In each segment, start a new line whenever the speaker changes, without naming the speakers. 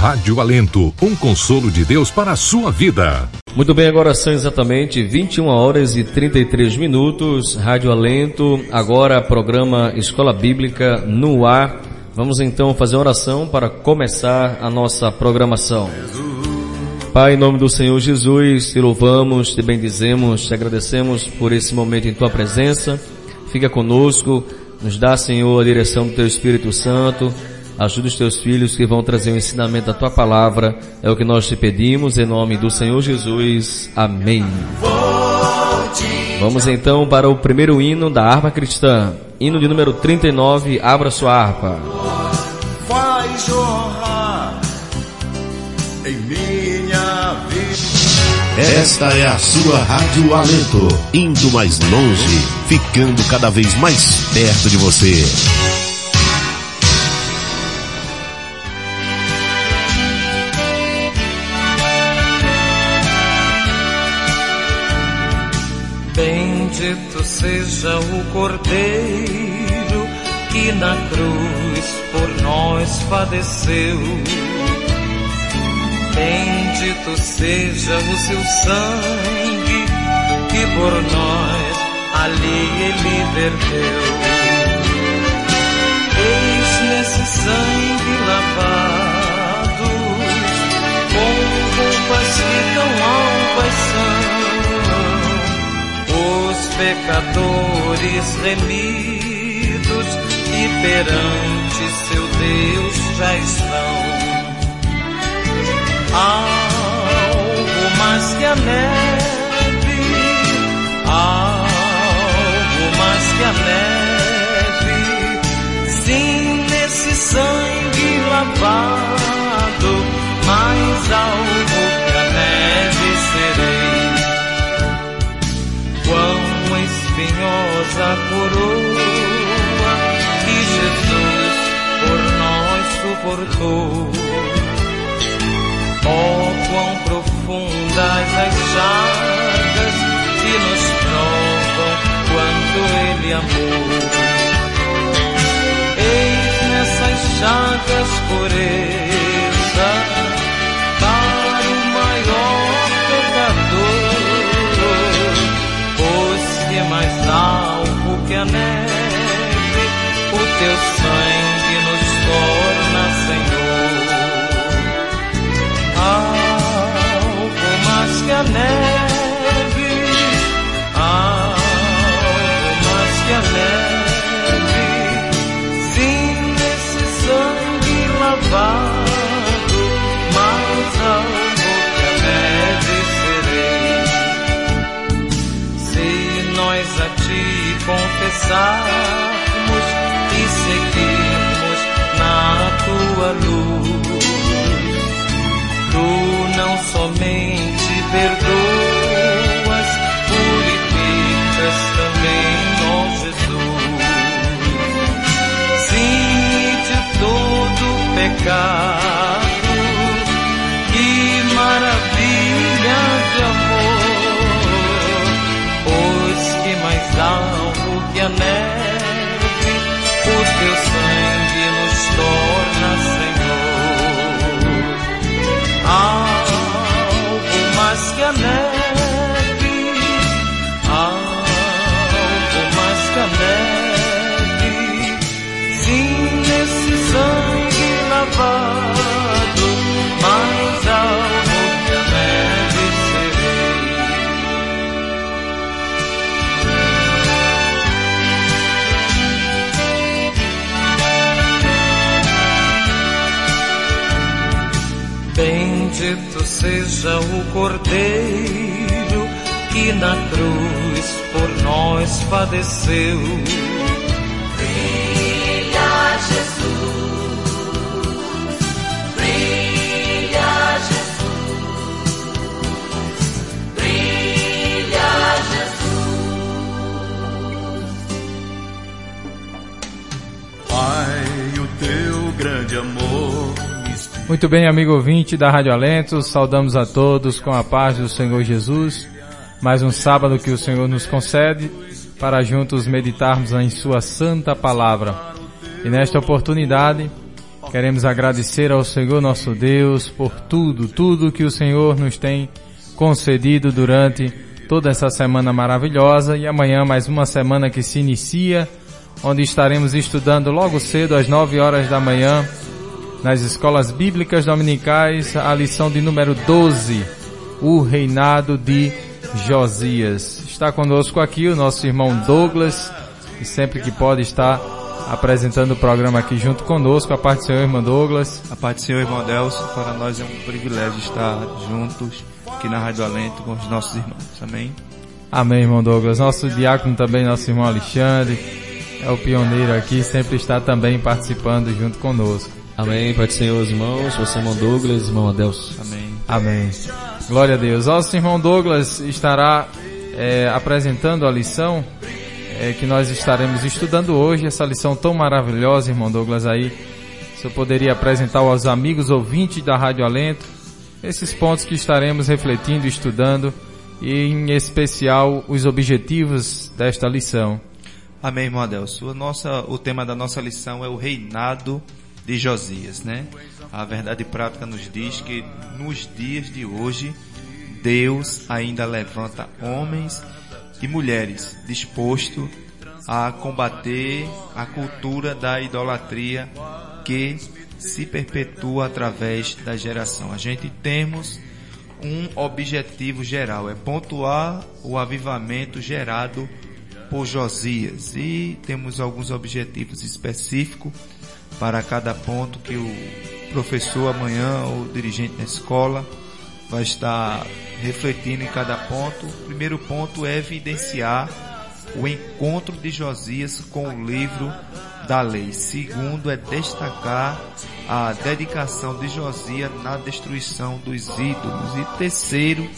Rádio Alento, um consolo de Deus para a sua vida.
Muito bem, agora são exatamente 21h33. Rádio Alento, agora programa Escola Bíblica no ar. Vamos então fazer uma oração para começar a nossa programação. Pai, em nome do Senhor Jesus, te louvamos, te bendizemos, te agradecemos por esse momento em tua presença. Fica conosco, nos dá, Senhor, a direção do teu Espírito Santo. Ajuda os teus filhos que vão trazer o ensinamento da tua palavra. É o que nós te pedimos em nome do Senhor Jesus. Amém. Vamos então para o primeiro hino da harpa cristã. Hino de número 39, abra sua harpa.
Vai jorrar em minha vida.
Esta é a sua Rádio Alento, indo mais longe, ficando cada vez mais perto de você.
Bendito seja o Cordeiro que na cruz por nós padeceu. Bendito seja o seu sangue que por nós ali ele verteu. Eis nesse sangue lavados, com roupas que tão alvas são, os pecadores remidos e perante seu Deus já estão. Algo mais que a neve, algo mais que a neve, sim, nesse sangue lavado, mais algo que a neve serei. Quão espinhosa a coroa que Jesus por nós suportou. Oh, quão profundas as chagas que nos provam quanto Ele amou. Eis nessas chagas pureza para o maior pecador, pois que mais alvo que a neve, o teu sangue nos torna, Senhor. Algo mais que a neve, algo mais que a neve, sim, nesse sangue lavado, mais algo que a neve serei. Se nós a ti confessarmos e seguirmos na tua luz, tu não somente perdoas, purificas também, ó Jesus. Sim, de todo pecado, que maravilha de amor, pois que mais alvo que a neve, o teu sangue nos torna, Senhor. Algo mais que a neve, algo mais que a neve, sim, nesse sangue lavado, mais algo que a neve serei. Bendito seja o Cordeiro que na cruz por nós padeceu.
Brilha Jesus, brilha Jesus, brilha Jesus.
Pai, o teu grande amor.
Muito bem, amigo ouvinte da Rádio Alento, saudamos a todos com a paz do Senhor Jesus. Mais um sábado que o Senhor nos concede para juntos meditarmos em sua santa palavra. E nesta oportunidade, Queremos agradecer ao Senhor nosso Deus por tudo que o Senhor nos tem concedido durante toda essa semana maravilhosa, e amanhã mais uma semana que se inicia, onde estaremos estudando logo cedo às 9 horas da manhã nas escolas bíblicas dominicais a lição de número 12, o reinado de Josias. Está conosco aqui o nosso irmão Douglas, e sempre que pode está apresentando o programa aqui junto conosco. A paz do Senhor, irmão Douglas.
A paz do Senhor, irmão Delcio. Para nós é um privilégio estar juntos aqui na Rádio Alento com os nossos irmãos. Amém?
Amém, irmão Douglas. Nosso diácono também, nosso irmão Alexandre, é o pioneiro aqui, sempre está também participando junto conosco.
Amém, Pai do Senhor, irmãos. Você, irmão Douglas, irmão Adelso.
Amém.
Amém. Glória a Deus. Nosso irmão Douglas estará apresentando a lição que nós estaremos estudando hoje, essa lição tão maravilhosa, irmão Douglas. Aí, se eu poderia apresentar aos amigos ouvintes da Rádio Alento esses pontos que estaremos refletindo, estudando, e em especial os objetivos desta lição.
Amém, irmão Adelso. O tema da nossa lição é o reinado de Josias, né? A verdade prática nos diz que nos dias de hoje, Deus ainda levanta homens e mulheres dispostos a combater a cultura da idolatria que se perpetua através da geração. A gente temos um objetivo geral, é pontuar o avivamento gerado por Josias, e temos alguns objetivos específicos para cada ponto que o professor amanhã, ou o dirigente da escola, vai estar refletindo em cada ponto. O primeiro ponto é evidenciar o encontro de Josias com o livro da lei. Segundo é destacar a dedicação de Josias na destruição dos ídolos. E terceiro,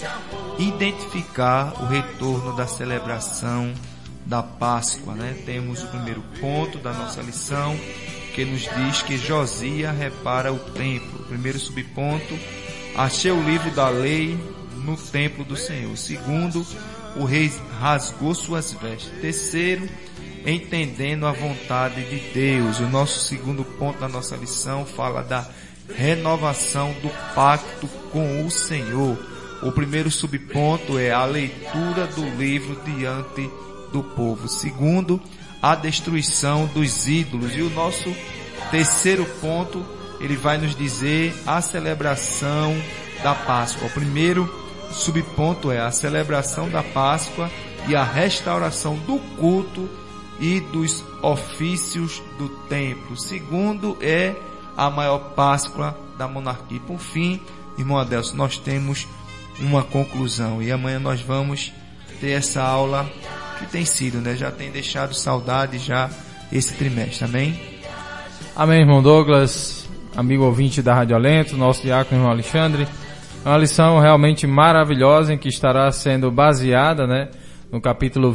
identificar o retorno da celebração da Páscoa, né? Temos o primeiro ponto da nossa lição, que nos diz que Josias repara o templo. O primeiro subponto, achei o livro da lei no templo do Senhor. Segundo, o rei rasgou suas vestes. Terceiro, entendendo a vontade de Deus. O nosso segundo ponto da nossa lição fala da renovação do pacto com o Senhor. O primeiro subponto é a leitura do livro diante do povo. Segundo, a destruição dos ídolos. E o nosso terceiro ponto, ele vai nos dizer a celebração da Páscoa. O primeiro subponto é a celebração da Páscoa e a restauração do culto e dos ofícios do templo. O segundo é a maior Páscoa da monarquia. Por fim, irmão Adelso, nós temos uma conclusão, e amanhã nós vamos ter essa aula que tem sido, né? Já tem deixado saudade já esse trimestre. Amém?
Amém, irmão Douglas, amigo ouvinte da Rádio Alento, nosso diácono irmão Alexandre. É uma lição realmente maravilhosa, em que estará sendo baseada, né, no capítulo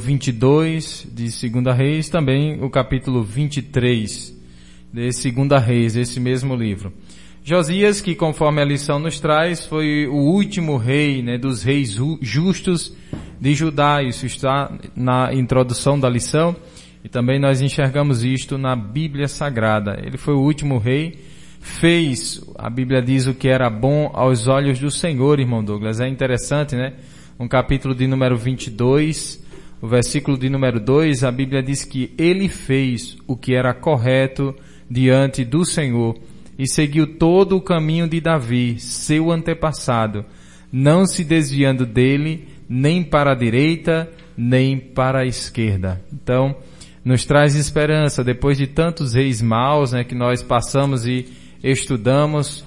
22 de 2 Reis, também o capítulo 23 de 2 Reis, esse mesmo livro. Josias, que conforme a lição nos traz, foi o último rei, né, dos reis justos de Judá. Isso está na introdução da lição, e também nós enxergamos isto na Bíblia Sagrada. Ele foi o último rei, fez, a Bíblia diz, o que era bom aos olhos do Senhor, irmão Douglas. É interessante, né? No capítulo de número 22, o versículo de número 2, a Bíblia diz que ele fez o que era correto diante do Senhor e seguiu todo o caminho de Davi, seu antepassado, não se desviando dele nem para a direita, nem para a esquerda. Então, nos traz esperança, depois de tantos reis maus, né, que nós passamos e estudamos,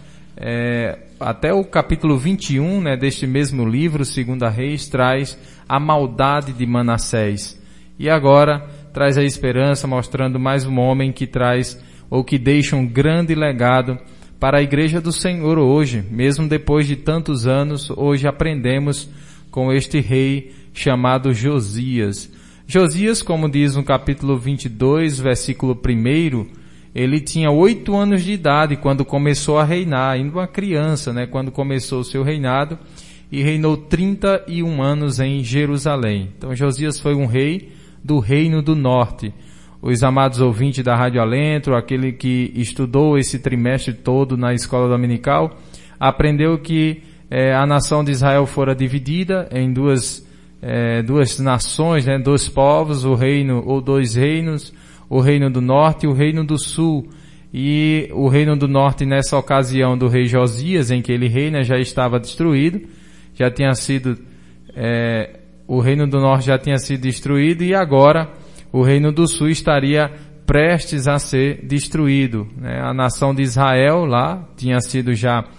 até o capítulo 21, né, deste mesmo livro, 2 Reis, traz a maldade de Manassés. E agora traz a esperança, mostrando mais um homem que traz, ou que deixa um grande legado para a igreja do Senhor hoje. Mesmo depois de tantos anos, hoje aprendemos com este rei chamado Josias. Josias, como diz no capítulo 22, versículo 1, ele tinha 8 anos de idade quando começou a reinar, ainda uma criança, né, quando começou o seu reinado, e reinou 31 anos em Jerusalém. Então Josias foi um rei do reino do norte, os amados ouvintes da Rádio Alento, aquele que estudou esse trimestre todo na escola dominical, aprendeu que a nação de Israel fora dividida em duas nações, né, 2 povos, o reino ou 2 reinos, o reino do norte e o reino do sul. E o reino do norte, nessa ocasião do rei Josias, em que ele reina, já estava destruído, já tinha sido, o reino do norte já tinha sido destruído, e agora o reino do sul estaria prestes a ser destruído, né? A nação de Israel lá tinha sido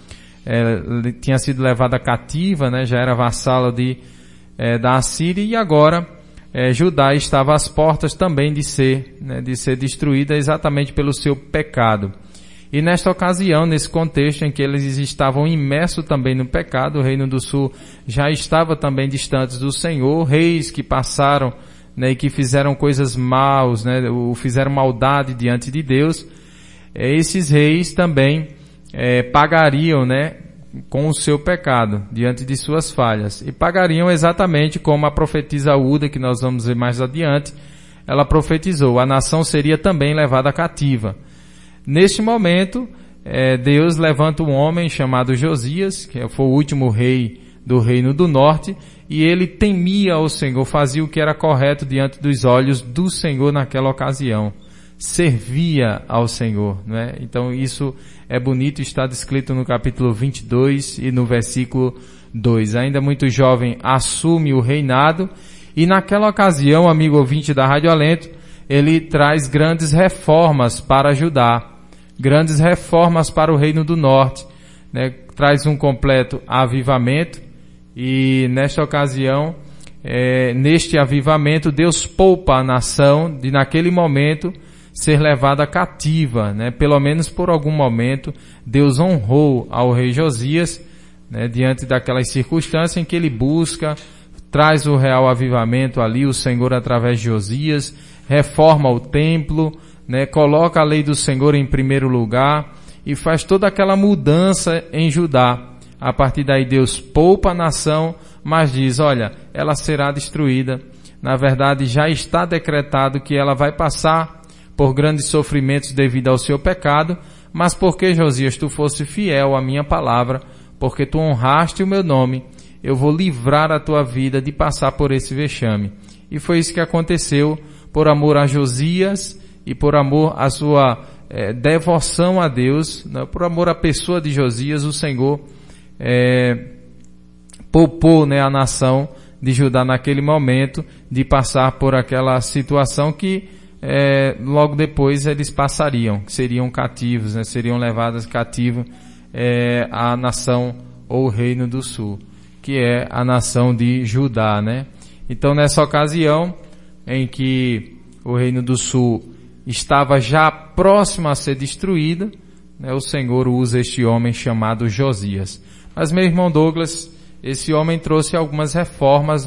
levada cativa, né? Já era vassala da Assíria, e agora Judá estava às portas também de ser destruída exatamente pelo seu pecado. E nesta ocasião, nesse contexto em que eles estavam imersos também no pecado, o reino do sul já estava também distante do Senhor, reis que passaram, né, e que fizeram coisas maus, né, fizeram maldade diante de Deus, esses reis também pagariam, né, com o seu pecado, diante de suas falhas. E pagariam exatamente como a profetisa Uda, que nós vamos ver mais adiante, ela profetizou, a nação seria também levada cativa. Neste momento, Deus levanta um homem chamado Josias, que foi o último rei do reino do norte, e ele temia ao Senhor, fazia o que era correto diante dos olhos do Senhor naquela ocasião. Servia ao Senhor, não é? Então isso é bonito, está descrito no capítulo 22 e no versículo 2. Ainda muito jovem, assume o reinado, e naquela ocasião, amigo ouvinte da Rádio Alento, ele traz grandes reformas para Judá, grandes reformas para o reino do norte, né? Traz um completo avivamento, e nesta ocasião, neste avivamento, Deus poupa a nação de naquele momento ser levada cativa, né? Pelo menos por algum momento, Deus honrou ao rei Josias, né? Diante daquelas circunstâncias em que ele busca, traz o real avivamento ali, o Senhor através de Josias, reforma o templo, né? Coloca a lei do Senhor em primeiro lugar e faz toda aquela mudança em Judá. A partir daí Deus poupa a nação, mas diz, olha, ela será destruída. Na verdade, já está decretado que ela vai passar por grandes sofrimentos devido ao seu pecado, mas porque, Josias, tu fosse fiel à minha palavra, porque tu honraste o meu nome, eu vou livrar a tua vida de passar por esse vexame. E foi isso que aconteceu, por amor a Josias e por amor à sua devoção a Deus, né? Por amor à pessoa de Josias, o Senhor poupou, né, a nação de Judá naquele momento de passar por aquela situação que logo depois eles passariam, seriam cativos, né, seriam levados cativos a nação ou o reino do sul, que é a nação de Judá, né? Então nessa ocasião em que o reino do sul estava já próximo a ser destruído, né, o Senhor usa este homem chamado Josias. Mas meu irmão Douglas, esse homem trouxe algumas reformas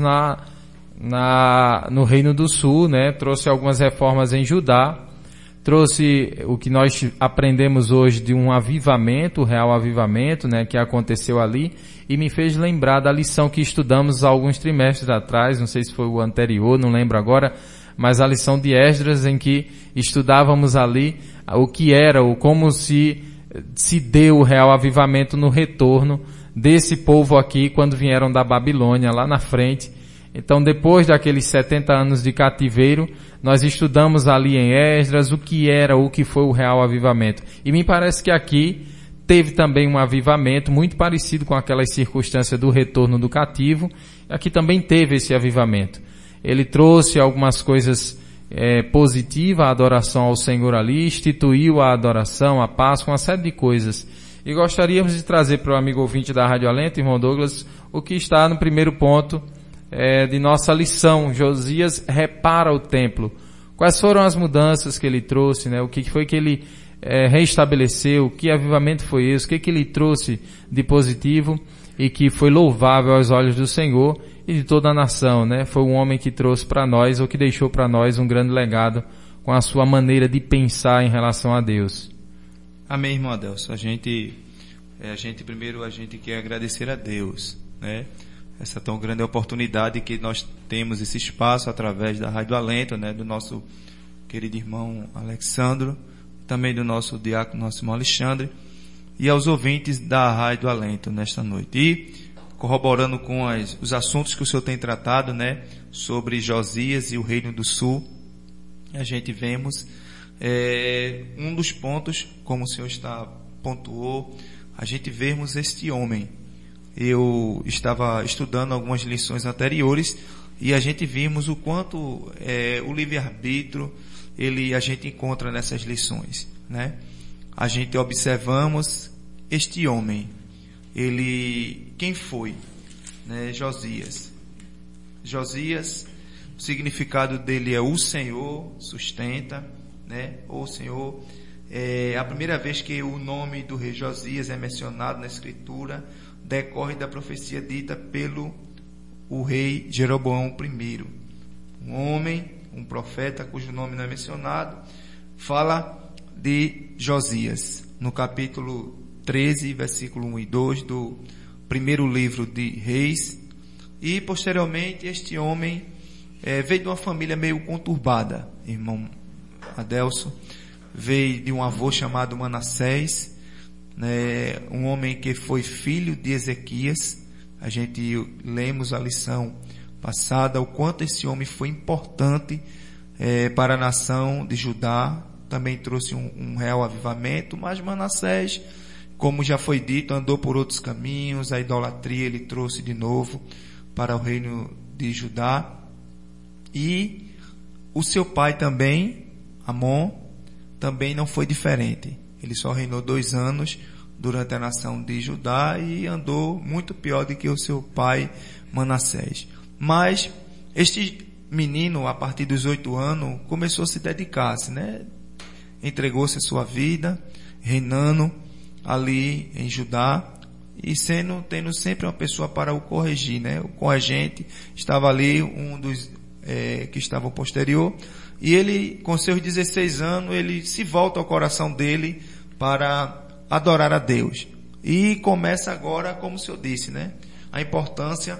no reino do sul, né? Trouxe algumas reformas em Judá, trouxe o que nós aprendemos hoje de um avivamento, o real avivamento, né? Que aconteceu ali, e me fez lembrar da lição que estudamos há alguns trimestres atrás, não sei se foi o anterior, não lembro agora, mas a lição de Esdras, em que estudávamos ali o que era, ou como se deu o real avivamento no retorno desse povo aqui quando vieram da Babilônia lá na frente. Então depois daqueles 70 anos de cativeiro, nós estudamos ali em Esdras o que era, o que foi o real avivamento. E me parece que aqui teve também um avivamento muito parecido com aquelas circunstâncias do retorno do cativo. Aqui também teve esse avivamento. Ele trouxe algumas coisas positivas, a adoração ao Senhor ali, instituiu a adoração, a Páscoa, uma série de coisas. E gostaríamos de trazer para o amigo ouvinte da Rádio Alento, irmão Douglas, o que está no primeiro ponto de nossa lição. Josias repara o templo. Quais foram as mudanças que ele trouxe, né? O que foi que ele reestabeleceu? Que avivamento foi esse? O que ele trouxe de positivo e que foi louvável aos olhos do Senhor e de toda a nação, né? Foi um homem que trouxe para nós, ou que deixou para nós um grande legado com a sua maneira de pensar em relação a Deus.
Amém, irmão Adelson. A gente quer agradecer a Deus, né? Essa tão grande oportunidade que nós temos, esse espaço através da Rádio Alento, né? querido irmão Alexandro, também do nosso diácono, nosso irmão Alexandre, e aos ouvintes da Rádio Alento nesta noite. E corroborando com os assuntos que o senhor tem tratado, né, sobre Josias e o Reino do Sul, a gente vemos um dos pontos, como o senhor pontuou, a gente vemos este homem. Eu estava estudando algumas lições anteriores e a gente vimos o quanto o livre-arbítrio a gente encontra nessas lições, né? A gente observamos este homem, quem foi? Né? Josias, o significado dele é o Senhor sustenta, né? O Senhor, a primeira vez que o nome do rei Josias é mencionado na Escritura, decorre da profecia dita pelo o rei Jeroboão I. Um homem, um profeta cujo nome não é mencionado, fala de Josias, no capítulo 13, versículo 1 e 2 do primeiro livro de Reis. E posteriormente este homem veio de uma família meio conturbada, irmão Adelso, veio de um avô chamado Manassés, né, um homem que foi filho de Ezequias. A gente lemos a lição passada o quanto esse homem foi importante para a nação de Judá, também trouxe um real avivamento, mas Manassés, como já foi dito, andou por outros caminhos, a idolatria ele trouxe de novo para o reino de Judá. E o seu pai também, Amon, também não foi diferente. Ele só reinou 2 anos durante a nação de Judá e andou muito pior do que o seu pai Manassés. Mas este menino, a partir dos 8 anos, começou a se dedicar-se, né? Entregou-se a sua vida, reinando ali em Judá e tendo sempre uma pessoa para o corrigir, né? O corregente estava ali, um dos que estava posterior, e ele, com seus 16 anos, ele se volta ao coração dele para adorar a Deus. E começa agora, como o senhor disse, né? A importância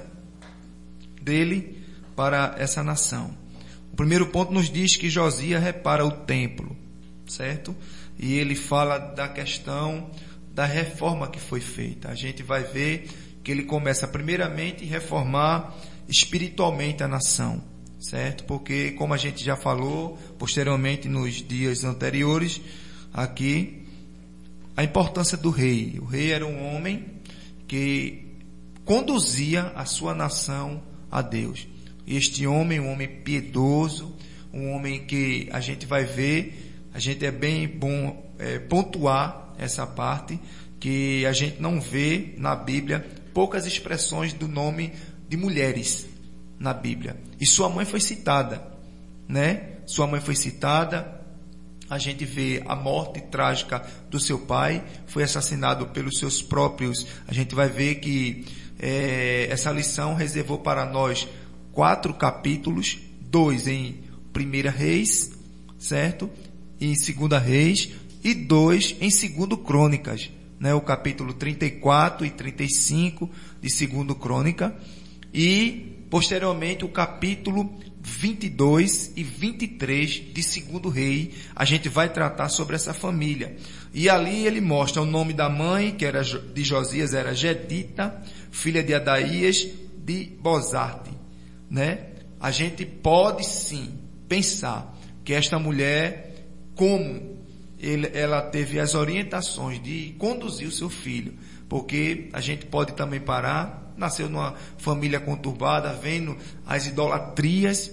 dele para essa nação. O primeiro ponto nos diz que Josias repara o templo, certo? E ele fala da questão da reforma que foi feita. A gente vai ver que ele começa primeiramente a reformar espiritualmente a nação, certo? Porque, como a gente já falou posteriormente nos dias anteriores aqui, a importância do rei. O rei era um homem que conduzia a sua nação a Deus. Este homem, um homem piedoso, um homem que a gente vai ver, a gente é bem bom pontuar essa parte, que a gente não vê na Bíblia poucas expressões do nome de mulheres na Bíblia. E sua mãe foi citada, né? Sua mãe foi citada. A gente vê a morte trágica do seu pai, foi assassinado pelos seus próprios. A gente vai ver que essa lição reservou para nós 4 capítulos, 2 em 1 Reis, certo? E em 2 Reis, e 2 em 2 Crônicas, né? O capítulo 34 e 35 de 2 Crônica, e posteriormente o capítulo 22 e 23 de 2 Rei. A gente vai tratar sobre essa família. E ali ele mostra o nome da mãe, que era de Josias, era Gedita, filha de Adaías de Bozarte, né? A gente pode sim pensar que esta mulher, como ela teve as orientações de conduzir o seu filho, porque a gente pode também parar, nasceu numa família conturbada, vendo as idolatrias,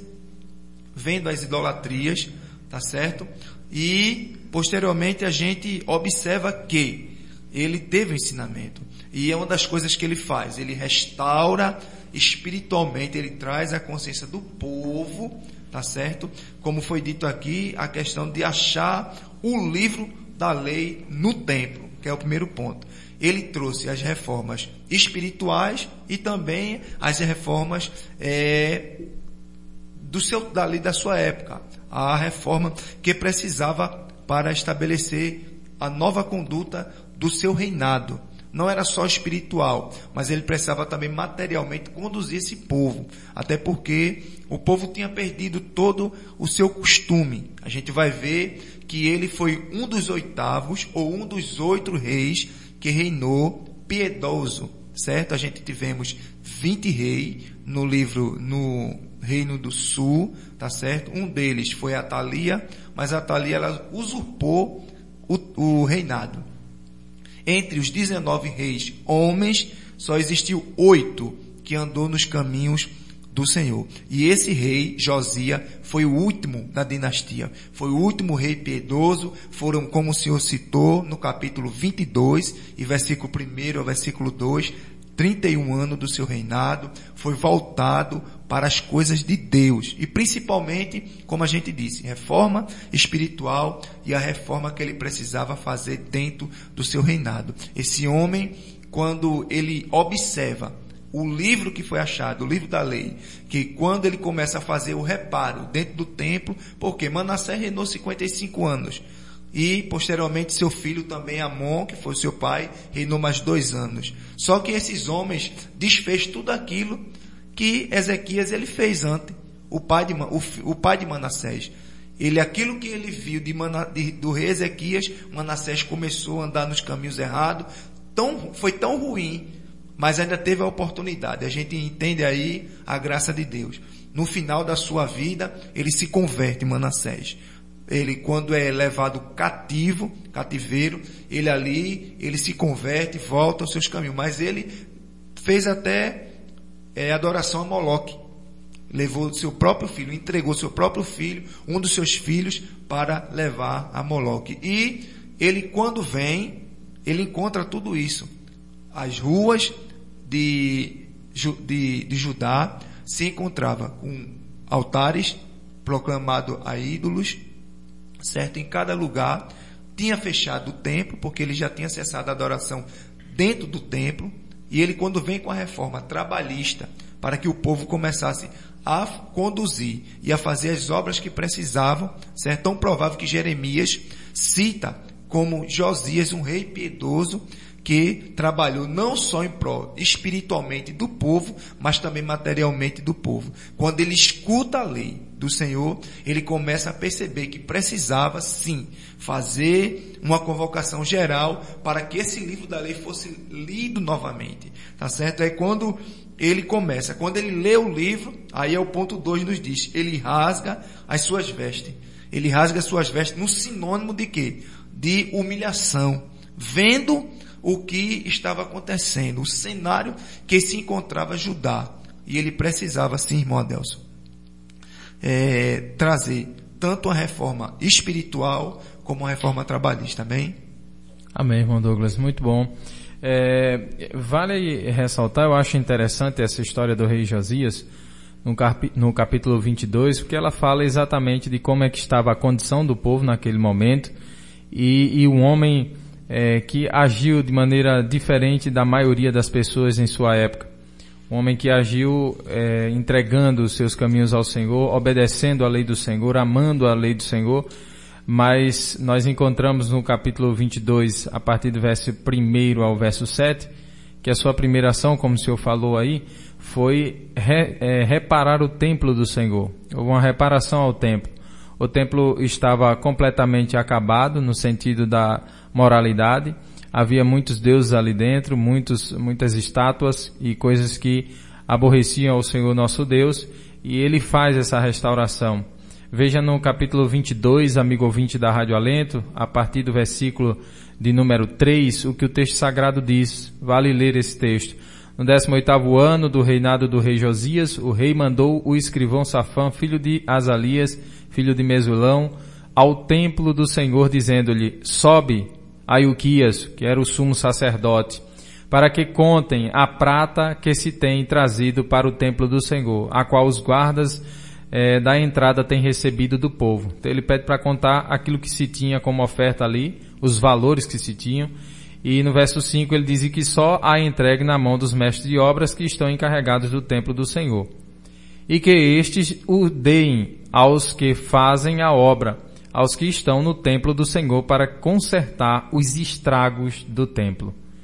tá certo? E posteriormente a gente observa que ele teve um ensinamento, e é uma das coisas que ele faz, ele restaura espiritualmente, ele traz a consciência do povo, tá certo? Como foi dito aqui, a questão de achar o livro da lei no templo, que é o primeiro ponto. Ele trouxe as reformas espirituais e também as reformas da sua época, a reforma que precisava para estabelecer a nova conduta do seu reinado, não era só espiritual, mas ele precisava também materialmente conduzir esse povo, até porque o povo tinha perdido todo o seu costume. A gente vai ver que ele foi um dos 8º ou um dos 8 reis que reinou piedoso, certo? A gente tivemos 20 reis no Reino do Sul, tá certo? Um deles foi Atalia, mas Atalia ela usurpou o reinado. Entre os 19 reis homens, só existiu 8 que andou nos caminhos do Senhor. E esse rei, Josias, foi o último da dinastia. Foi o último rei piedoso. Foram, como o Senhor citou, no capítulo 22, e versículo 1 ao versículo 2, 31 anos do seu reinado. Foi voltado para as coisas de Deus. E principalmente, como a gente disse, reforma espiritual e a reforma que ele precisava fazer dentro do seu reinado. Esse homem, quando ele observa o livro que foi achado, o livro da lei, que quando ele começa a fazer o reparo dentro do templo, porque Manassés reinou 55 anos. E, posteriormente, seu filho também, Amon, que foi seu pai, reinou mais 2 anos. Só que esses homens desfez tudo aquilo que Ezequias ele fez antes, o pai de Manassés. Aquilo que ele viu do rei Ezequias, Manassés começou a andar nos caminhos errados. Foi tão ruim, mas ainda teve a oportunidade. A gente entende aí a graça de Deus. No final da sua vida, ele se converte, Manassés. Ele, quando é levado cativeiro, ele se converte, volta aos seus caminhos. Mas ele fez até adoração a Moloque. Levou seu próprio filho, entregou seu próprio filho, um dos seus filhos, para levar a Moloque. E ele, quando vem, ele encontra tudo isso. As ruas de Judá se encontrava com altares proclamados a ídolos, certo? Em cada lugar tinha fechado o templo, porque ele já tinha cessado a adoração dentro do templo. E ele, quando vem com a reforma trabalhista, para que o povo começasse a conduzir e a fazer as obras que precisavam, certo? Tão provável que Jeremias cita como Josias, um rei piedoso, que trabalhou não só em prol espiritualmente do povo, mas também materialmente do povo. Quando ele escuta a lei do Senhor, ele começa a perceber que precisava sim fazer uma convocação geral para que esse livro da lei fosse lido novamente, tá certo? Aí quando ele lê o livro, aí é o ponto 2 nos diz, ele rasga as suas vestes. Ele rasga as suas vestes no sinônimo de quê? De humilhação, vendo o que estava acontecendo, o cenário que se encontrava Judá. E ele precisava, sim, irmão Adelson, trazer tanto a reforma espiritual como a reforma trabalhista. Amém?
Amém, irmão Douglas. Muito bom. Vale ressaltar, eu acho interessante essa história do rei Josias, no capítulo 22, porque ela fala exatamente de como é que estava a condição do povo naquele momento, e um homem que agiu de maneira diferente da maioria das pessoas em sua época. Um homem que agiu entregando os seus caminhos ao Senhor, obedecendo a lei do Senhor, amando a lei do Senhor. Mas nós encontramos no capítulo 22, a partir do verso 1 ao verso 7, que a sua primeira ação, como o senhor falou aí, foi reparar o templo do Senhor. Houve uma reparação ao templo. O templo estava completamente acabado no sentido da moralidade. Havia muitos deuses ali dentro, muitas estátuas e coisas que aborreciam ao Senhor nosso Deus, e ele faz essa restauração. Veja no capítulo 22, amigo ouvinte da Rádio Alento, a partir do versículo de número 3, o que o texto sagrado diz. Vale ler esse texto. No 18º ano do reinado do rei Josias, o rei mandou o escrivão Safã, filho de Azalias, filho de Mesulão, ao templo do Senhor, dizendo-lhe: sobe a Ilquias, que era o sumo sacerdote, para que contem a prata que se tem trazido para o templo do Senhor, a qual os guardas da entrada têm recebido do povo. Então ele pede para contar aquilo que se tinha como oferta ali, os valores que se tinham, e no verso 5 ele diz que só a entregue na mão dos mestres de obras que estão encarregados do templo do Senhor, e que estes o deem aos que fazem a obra, aos que estão no templo do Senhor, para consertar os estragos do templo.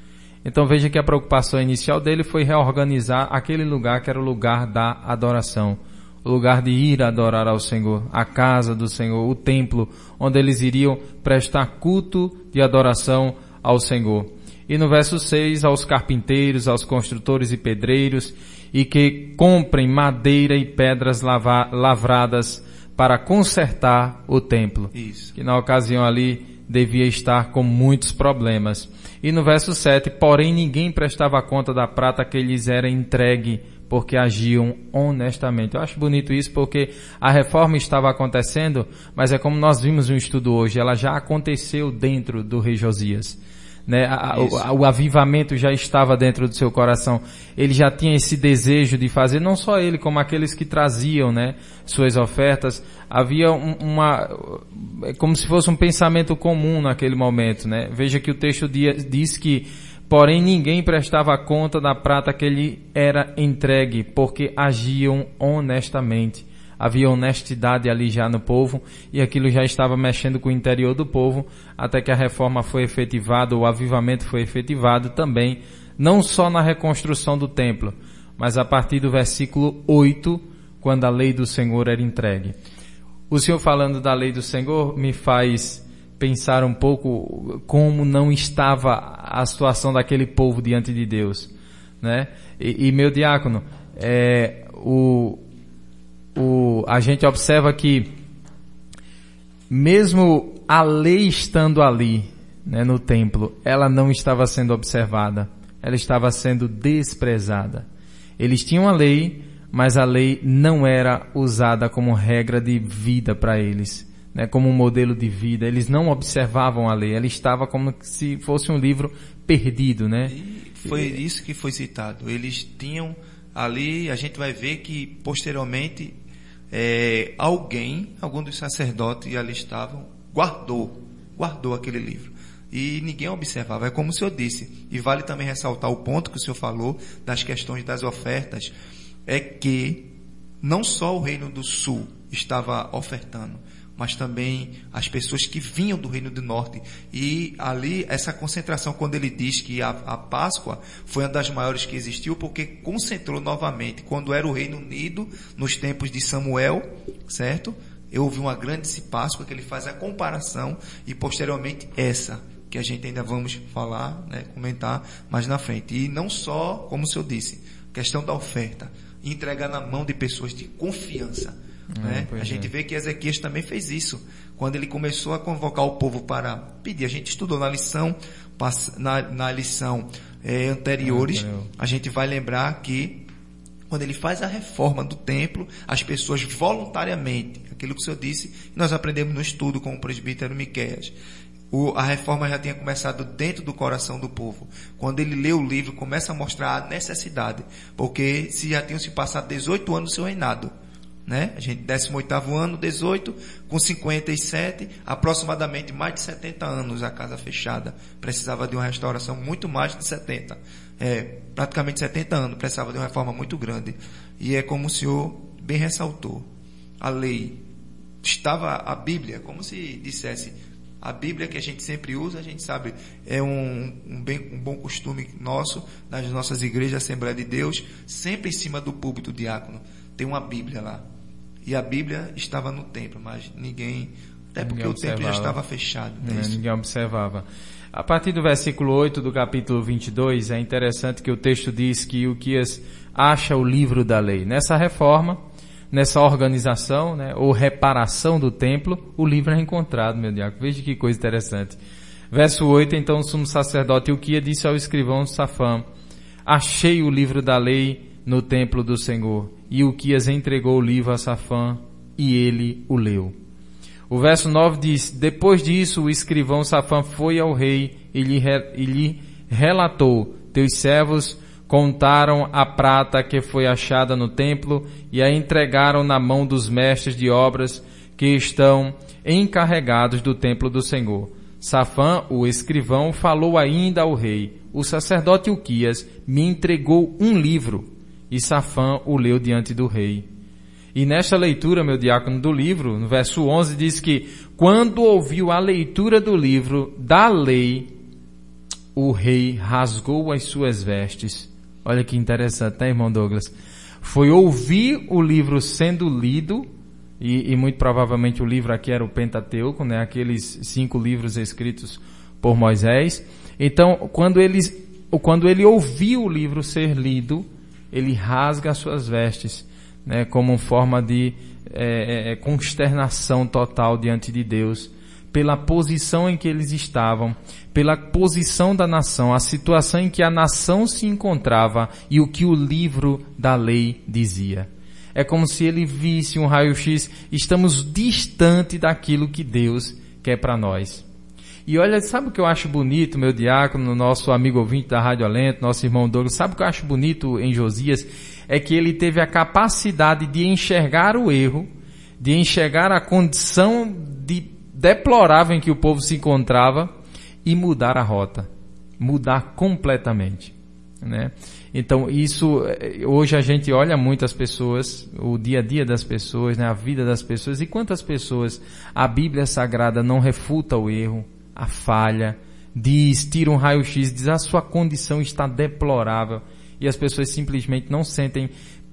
Então veja que a preocupação inicial dele foi reorganizar aquele lugar que era o lugar da adoração. O lugar de ir adorar ao Senhor, a casa do Senhor, o templo, onde eles iriam prestar culto de adoração ao Senhor. E no verso 6, aos carpinteiros, aos construtores e pedreiros, e que comprem madeira e pedras lavradas para consertar o templo.
Isso.
Que na ocasião ali devia estar com muitos problemas. E no verso 7, porém ninguém prestava conta da prata que lhes era entregue, porque agiam honestamente. Eu acho bonito isso porque a reforma estava acontecendo, mas é como nós vimos no estudo hoje, ela já aconteceu dentro do rei Josias. Né? O avivamento já estava dentro do seu coração. Ele já tinha esse desejo de fazer, não só ele, como aqueles que traziam, né, suas ofertas. Havia como se fosse um pensamento comum naquele momento, né? Veja que o texto diz que, porém ninguém prestava conta da prata que lhe era entregue, porque agiam honestamente. Havia honestidade ali já no povo, e aquilo já estava mexendo com o interior do povo, até que a reforma foi efetivada, o avivamento foi efetivado também, não só na reconstrução do templo, mas a partir do versículo 8, quando a lei do Senhor era entregue. O Senhor falando da lei do Senhor me faz pensar um pouco como não estava a situação daquele povo diante de Deus, né? E meu diácono, a gente observa que mesmo a lei estando ali, né, no templo, ela não estava sendo observada, ela estava sendo desprezada. Eles tinham a lei, mas a lei não era usada como regra de vida para eles, né, como um modelo de vida. Eles não observavam a lei, ela estava como se fosse um livro perdido, né?
E foi isso que foi citado. Eles tinham ali, a gente vai ver que posteriormente algum dos sacerdotes ali estavam, guardou aquele livro. E ninguém observava. É como o senhor disse. E vale também ressaltar o ponto que o senhor falou das questões das ofertas. É que não só o Reino do Sul estava ofertando, mas também as pessoas que vinham do Reino do Norte. E ali, essa concentração, quando ele diz que a Páscoa foi uma das maiores que existiu, porque concentrou novamente, quando era o Reino Unido, nos tempos de Samuel, certo? Houve uma grande Páscoa, que ele faz a comparação, e posteriormente essa, que a gente ainda vamos falar, né, comentar mais na frente. E não só, como o senhor disse, questão da oferta, entregar na mão de pessoas de confiança. Né? A gente vê que Ezequias também fez isso, quando ele começou a convocar o povo para pedir. A gente estudou na lição anteriores, a gente vai lembrar que quando ele faz a reforma do templo, as pessoas voluntariamente, aquilo que o senhor disse, nós aprendemos no estudo com o presbítero Miqueias, a reforma já tinha começado dentro do coração do povo. Quando ele lê o livro, começa a mostrar a necessidade, porque já tinham se passado 18 anos do seu reinado, né? A gente, 18º ano, 18, com 57, aproximadamente mais de 70 anos a casa fechada. Precisava de uma restauração muito mais de 70. Praticamente 70 anos, precisava de uma reforma muito grande. E é como o senhor bem ressaltou. A lei estava, a Bíblia, como se dissesse, a Bíblia que a gente sempre usa, a gente sabe, é um bom costume nosso, nas nossas igrejas, Assembleia de Deus, sempre em cima do púlpito, diácono, tem uma Bíblia lá. E a Bíblia estava no templo, mas ninguém, até porque o templo já estava fechado.
Ninguém observava. A partir do versículo 8 do capítulo 22, é interessante que o texto diz que Ilquias acha o livro da lei. Nessa reforma, nessa organização, né, ou reparação do templo, o livro é encontrado, meu diácono. Veja que coisa interessante. Verso 8, então o sumo sacerdote Ilquias disse ao escrivão Safã: achei o livro da lei no templo do Senhor. E Ilquias entregou o livro a Safã, e ele o leu. O verso 9 diz: depois disso o escrivão Safã foi ao rei e lhe relatou: teus servos contaram a prata que foi achada no templo e a entregaram na mão dos mestres de obras que estão encarregados do templo do Senhor. Safã, o escrivão, falou ainda ao rei: o sacerdote Ilquias me entregou um livro. E Safã o leu diante do rei. E nesta leitura, meu diácono, do livro, no verso 11, diz que quando ouviu a leitura do livro da lei, o rei rasgou as suas vestes. Olha que interessante, né, irmão Douglas? Foi ouvir o livro sendo lido, e muito provavelmente o livro aqui era o Pentateuco, né? Aqueles 5 livros escritos por Moisés. Então, quando ele ouviu o livro ser lido, ele rasga as suas vestes, né? Como forma de consternação total diante de Deus, pela posição em que eles estavam, pela posição da nação, a situação em que a nação se encontrava e o que o livro da lei dizia. É como se ele visse um raio-x, estamos distante daquilo que Deus quer para nós. E olha, sabe o que eu acho bonito, meu diácono, nosso amigo ouvinte da Rádio Alento, nosso irmão Douglas, sabe o que eu acho bonito em Josias? É que ele teve a capacidade de enxergar o erro, de enxergar a condição deplorável em que o povo se encontrava e mudar a rota, mudar completamente, né? Então isso, hoje a gente olha muito as pessoas, o dia a dia das pessoas, né? A vida das pessoas, e quantas pessoas a Bíblia Sagrada não refuta o erro, a falha, tira um raio-x, diz a sua condição está deplorável, e as pessoas simplesmente não sentem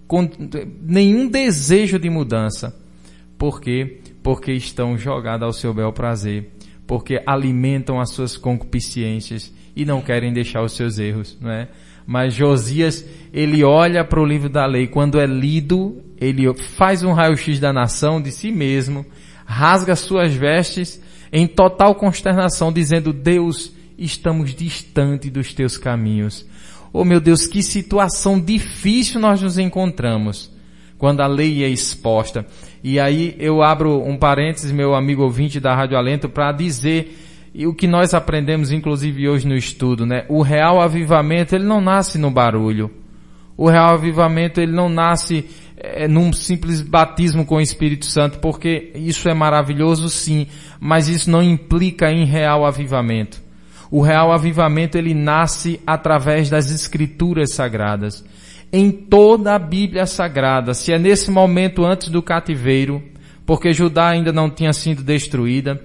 nenhum desejo de mudança. Por quê? Porque estão jogadas ao seu bel prazer, porque alimentam as suas concupiscências e não querem deixar os seus erros, não é? Mas Josias, ele olha para o livro da lei, quando é lido, ele faz um raio-x da nação, de si mesmo, rasga suas vestes em total consternação, dizendo: Deus, estamos distante dos teus caminhos. Oh meu Deus, que situação difícil nós nos encontramos quando a lei é exposta. E aí eu abro um parênteses, meu amigo ouvinte da Rádio Alento, para dizer o que nós aprendemos inclusive hoje no estudo, né? O real avivamento, ele não nasce no barulho. O real avivamento, ele não nasce num simples batismo com o Espírito Santo, porque isso é maravilhoso sim, mas isso não implica em real avivamento. O real avivamento, ele nasce através das Escrituras Sagradas. Em toda a Bíblia Sagrada, se é nesse momento antes do cativeiro, porque Judá ainda não tinha sido destruída,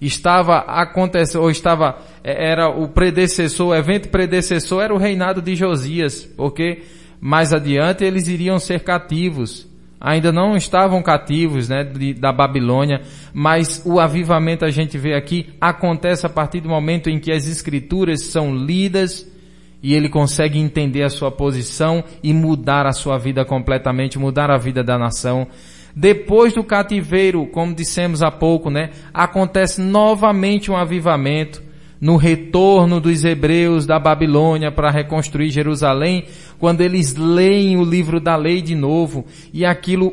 era o predecessor, o evento predecessor era o reinado de Josias, porque mais adiante eles iriam ser cativos. Ainda não estavam cativos, né, da Babilônia, mas o avivamento, a gente vê aqui, acontece a partir do momento em que as Escrituras são lidas e ele consegue entender a sua posição e mudar a sua vida completamente, mudar a vida da nação. Depois do cativeiro, como dissemos há pouco, né, acontece novamente um avivamento no retorno dos hebreus da Babilônia para reconstruir Jerusalém, quando eles leem o livro da lei de novo, e aquilo,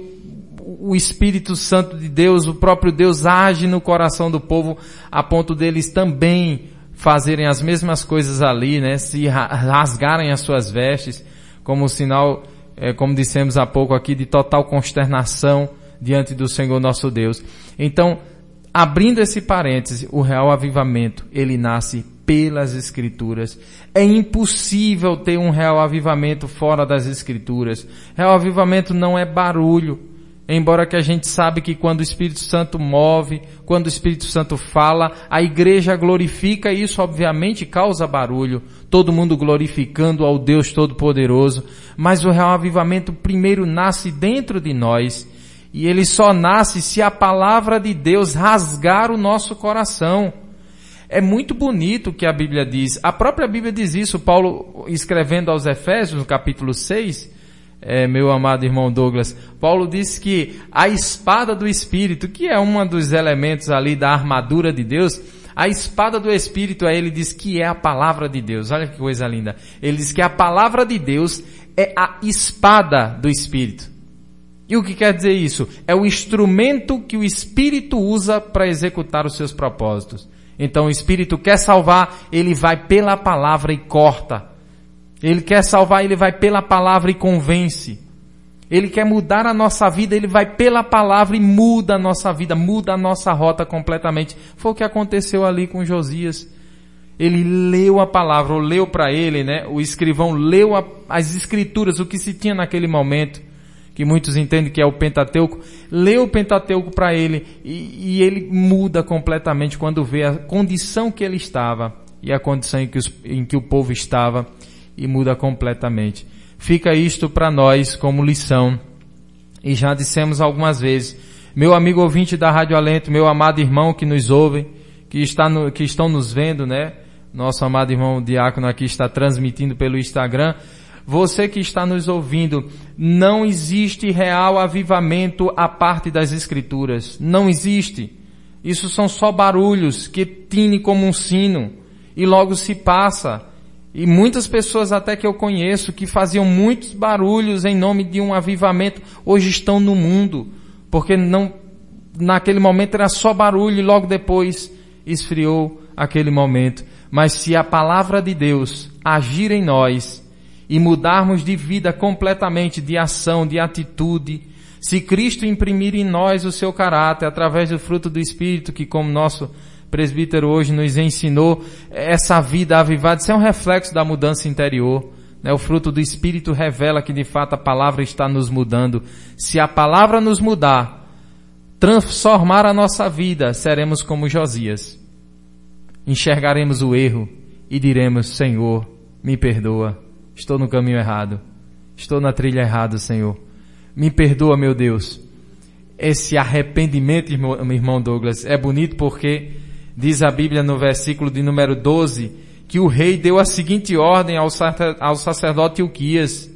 o Espírito Santo de Deus, o próprio Deus age no coração do povo, a ponto deles também fazerem as mesmas coisas ali, né, se rasgarem as suas vestes, como sinal, como dissemos há pouco aqui, de total consternação diante do Senhor nosso Deus. Então, abrindo esse parêntese, o real avivamento, ele nasce pelas Escrituras. É impossível ter um real avivamento fora das Escrituras. Real avivamento não é barulho, embora que a gente sabe que quando o Espírito Santo move, quando o Espírito Santo fala, a igreja glorifica, e isso obviamente causa barulho, todo mundo glorificando ao Deus Todo-Poderoso, mas o real avivamento primeiro nasce dentro de nós, e ele só nasce se a palavra de Deus rasgar o nosso coração. É muito bonito o que a Bíblia diz. A própria Bíblia diz isso. Paulo, escrevendo aos Efésios, no capítulo 6, meu amado irmão Douglas, Paulo diz que a espada do Espírito, que é um dos elementos ali da armadura de Deus, a espada do Espírito, aí ele diz que é a palavra de Deus. Olha que coisa linda. Ele diz que a palavra de Deus é a espada do Espírito. E o que quer dizer isso? É o instrumento que o Espírito usa para executar os seus propósitos. Então o Espírito quer salvar, ele vai pela palavra e corta. Ele quer salvar, ele vai pela palavra e convence. Ele quer mudar a nossa vida, ele vai pela palavra e muda a nossa vida, muda a nossa rota completamente. Foi o que aconteceu ali com Josias. Ele leu a palavra, ou leu para ele, né? O escrivão leu as Escrituras, o que se tinha naquele momento, que muitos entendem que é o Pentateuco, leu o Pentateuco para ele, e ele muda completamente quando vê a condição que ele estava, e a condição em que o povo estava e muda completamente. Fica isto para nós como lição. E já dissemos algumas vezes, meu amigo ouvinte da Rádio Alento, meu amado irmão que nos ouve, que estão nos vendo, né? Nosso amado irmão Diácono aqui está transmitindo pelo Instagram. Você que está nos ouvindo, não existe real avivamento à parte das Escrituras. Não existe. Isso são só barulhos que tinem como um sino e logo se passa. E muitas pessoas até que eu conheço que faziam muitos barulhos em nome de um avivamento, hoje estão no mundo, porque naquele momento era só barulho e logo depois esfriou aquele momento. Mas se a palavra de Deus agir em nós e mudarmos de vida completamente, de ação, de atitude, se Cristo imprimir em nós o seu caráter através do fruto do Espírito, que como nosso presbítero hoje nos ensinou, essa vida avivada, isso é um reflexo da mudança interior, né? O fruto do Espírito revela que de fato a palavra está nos mudando. Se a palavra nos mudar, transformar a nossa vida, seremos como Josias. Enxergaremos o erro e diremos, Senhor, me perdoa, estou no caminho errado, estou na trilha errada, Senhor. Me perdoa, meu Deus. Esse arrependimento, irmão Douglas, é bonito porque diz a Bíblia no versículo de número 12, que o rei deu a seguinte ordem ao sacerdote Ilquias,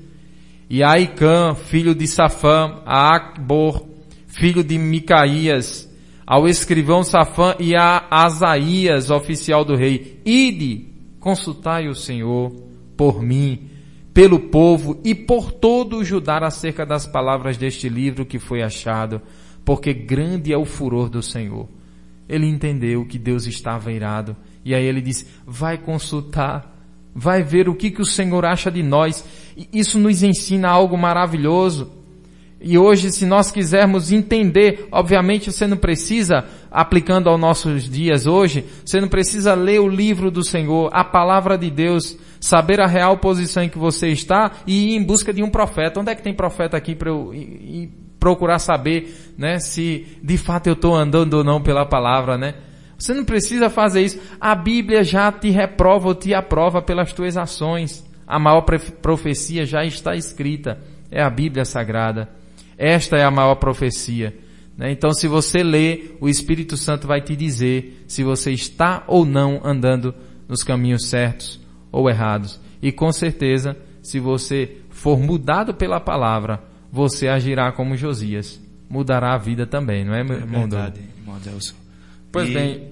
e a Aicã, filho de Safã, a Acbor, filho de Micaías, ao escrivão Safã e a Asaías, oficial do rei, ide, consultai o Senhor por mim, pelo povo e por todo o Judá acerca das palavras deste livro que foi achado, porque grande é o furor do Senhor. Ele entendeu que Deus estava irado, e aí ele disse, vai consultar, vai ver o que o Senhor acha de nós. E isso nos ensina algo maravilhoso. E hoje, se nós quisermos entender, obviamente você não precisa, aplicando aos nossos dias hoje, você não precisa ler o livro do Senhor, a palavra de Deus, saber a real posição em que você está e ir em busca de um profeta. Onde é que tem profeta aqui para eu ir procurar saber, né, se de fato eu estou andando ou não pela palavra, né? Você não precisa fazer isso. A Bíblia já te reprova ou te aprova pelas tuas ações. A maior profecia já está escrita. É a Bíblia Sagrada. Esta é a maior profecia, né? Então, se você ler, o Espírito Santo vai te dizer se você está ou não andando nos caminhos certos ou errados. E com certeza, se você for mudado pela palavra, você agirá como Josias. Mudará a vida também, não é, meu irmão?
É verdade, irmão Adelson.
Pois bem.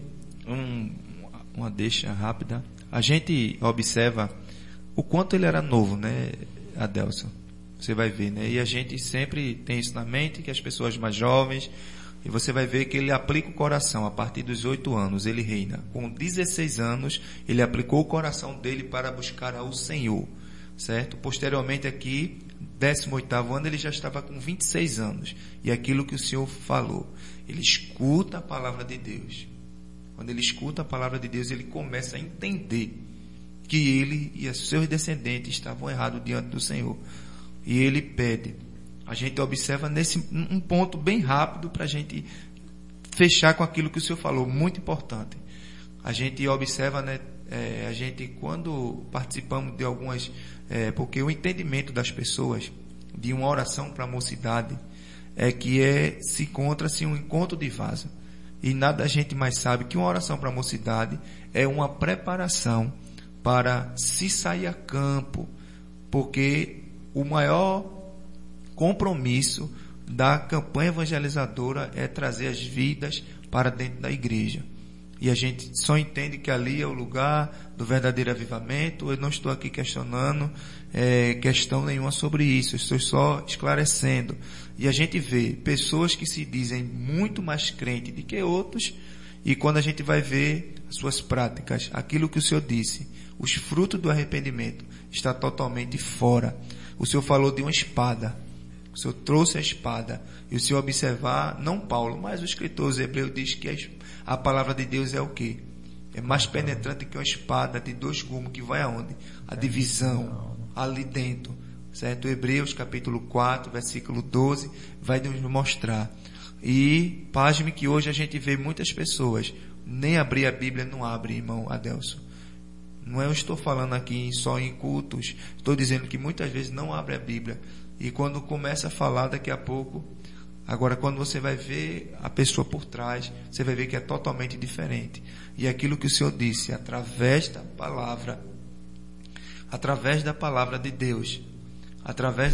Uma deixa rápida. A gente observa o quanto ele era novo, né, Adelson? Você vai ver, né? E a gente sempre tem isso na mente, que as pessoas mais jovens, e você vai ver que ele aplica o coração a partir dos 8 anos, ele reina. Com 16 anos, ele aplicou o coração dele para buscar ao Senhor, certo? Posteriormente aqui, 18º ano, ele já estava com 26 anos. E aquilo que o Senhor falou, ele escuta a palavra de Deus. Quando ele escuta a palavra de Deus, ele começa a entender que ele e os seus descendentes estavam errados diante do Senhor. E ele pede. A gente observa nesse um ponto bem rápido para a gente fechar com aquilo que o Senhor falou, muito importante. A gente observa, né, a gente quando participamos de algumas, porque o entendimento das pessoas de uma oração para a mocidade é que se encontra-se um encontro de vaza. E nada a gente mais sabe que uma oração para a mocidade é uma preparação para se sair a campo, porque o maior compromisso da campanha evangelizadora é trazer as vidas para dentro da igreja. E a gente só entende que ali é o lugar do verdadeiro avivamento. Eu não estou aqui questionando questão nenhuma sobre isso, eu estou só esclarecendo. E a gente vê pessoas que se dizem muito mais crentes do que outros, e quando a gente vai ver suas práticas, aquilo que o Senhor disse, os frutos do arrependimento, está totalmente fora. O Senhor falou de uma espada. O Senhor trouxe a espada. E o Senhor observar, não Paulo, mas o escritor hebreu diz que a palavra de Deus é o quê? É mais penetrante que uma espada de 2 gumes que vai aonde? A divisão, ali dentro. Certo? Hebreus capítulo 4, versículo 12, vai nos mostrar. E pasme que hoje a gente vê muitas pessoas, nem abrir a Bíblia não abre, irmão Adelson. Não é eu estou falando aqui só em cultos. Estou dizendo que muitas vezes não abre a Bíblia. E quando começa a falar daqui a pouco, agora quando você vai ver a pessoa por trás, você vai ver que é totalmente diferente. E aquilo que o Senhor disse, através da palavra de Deus, através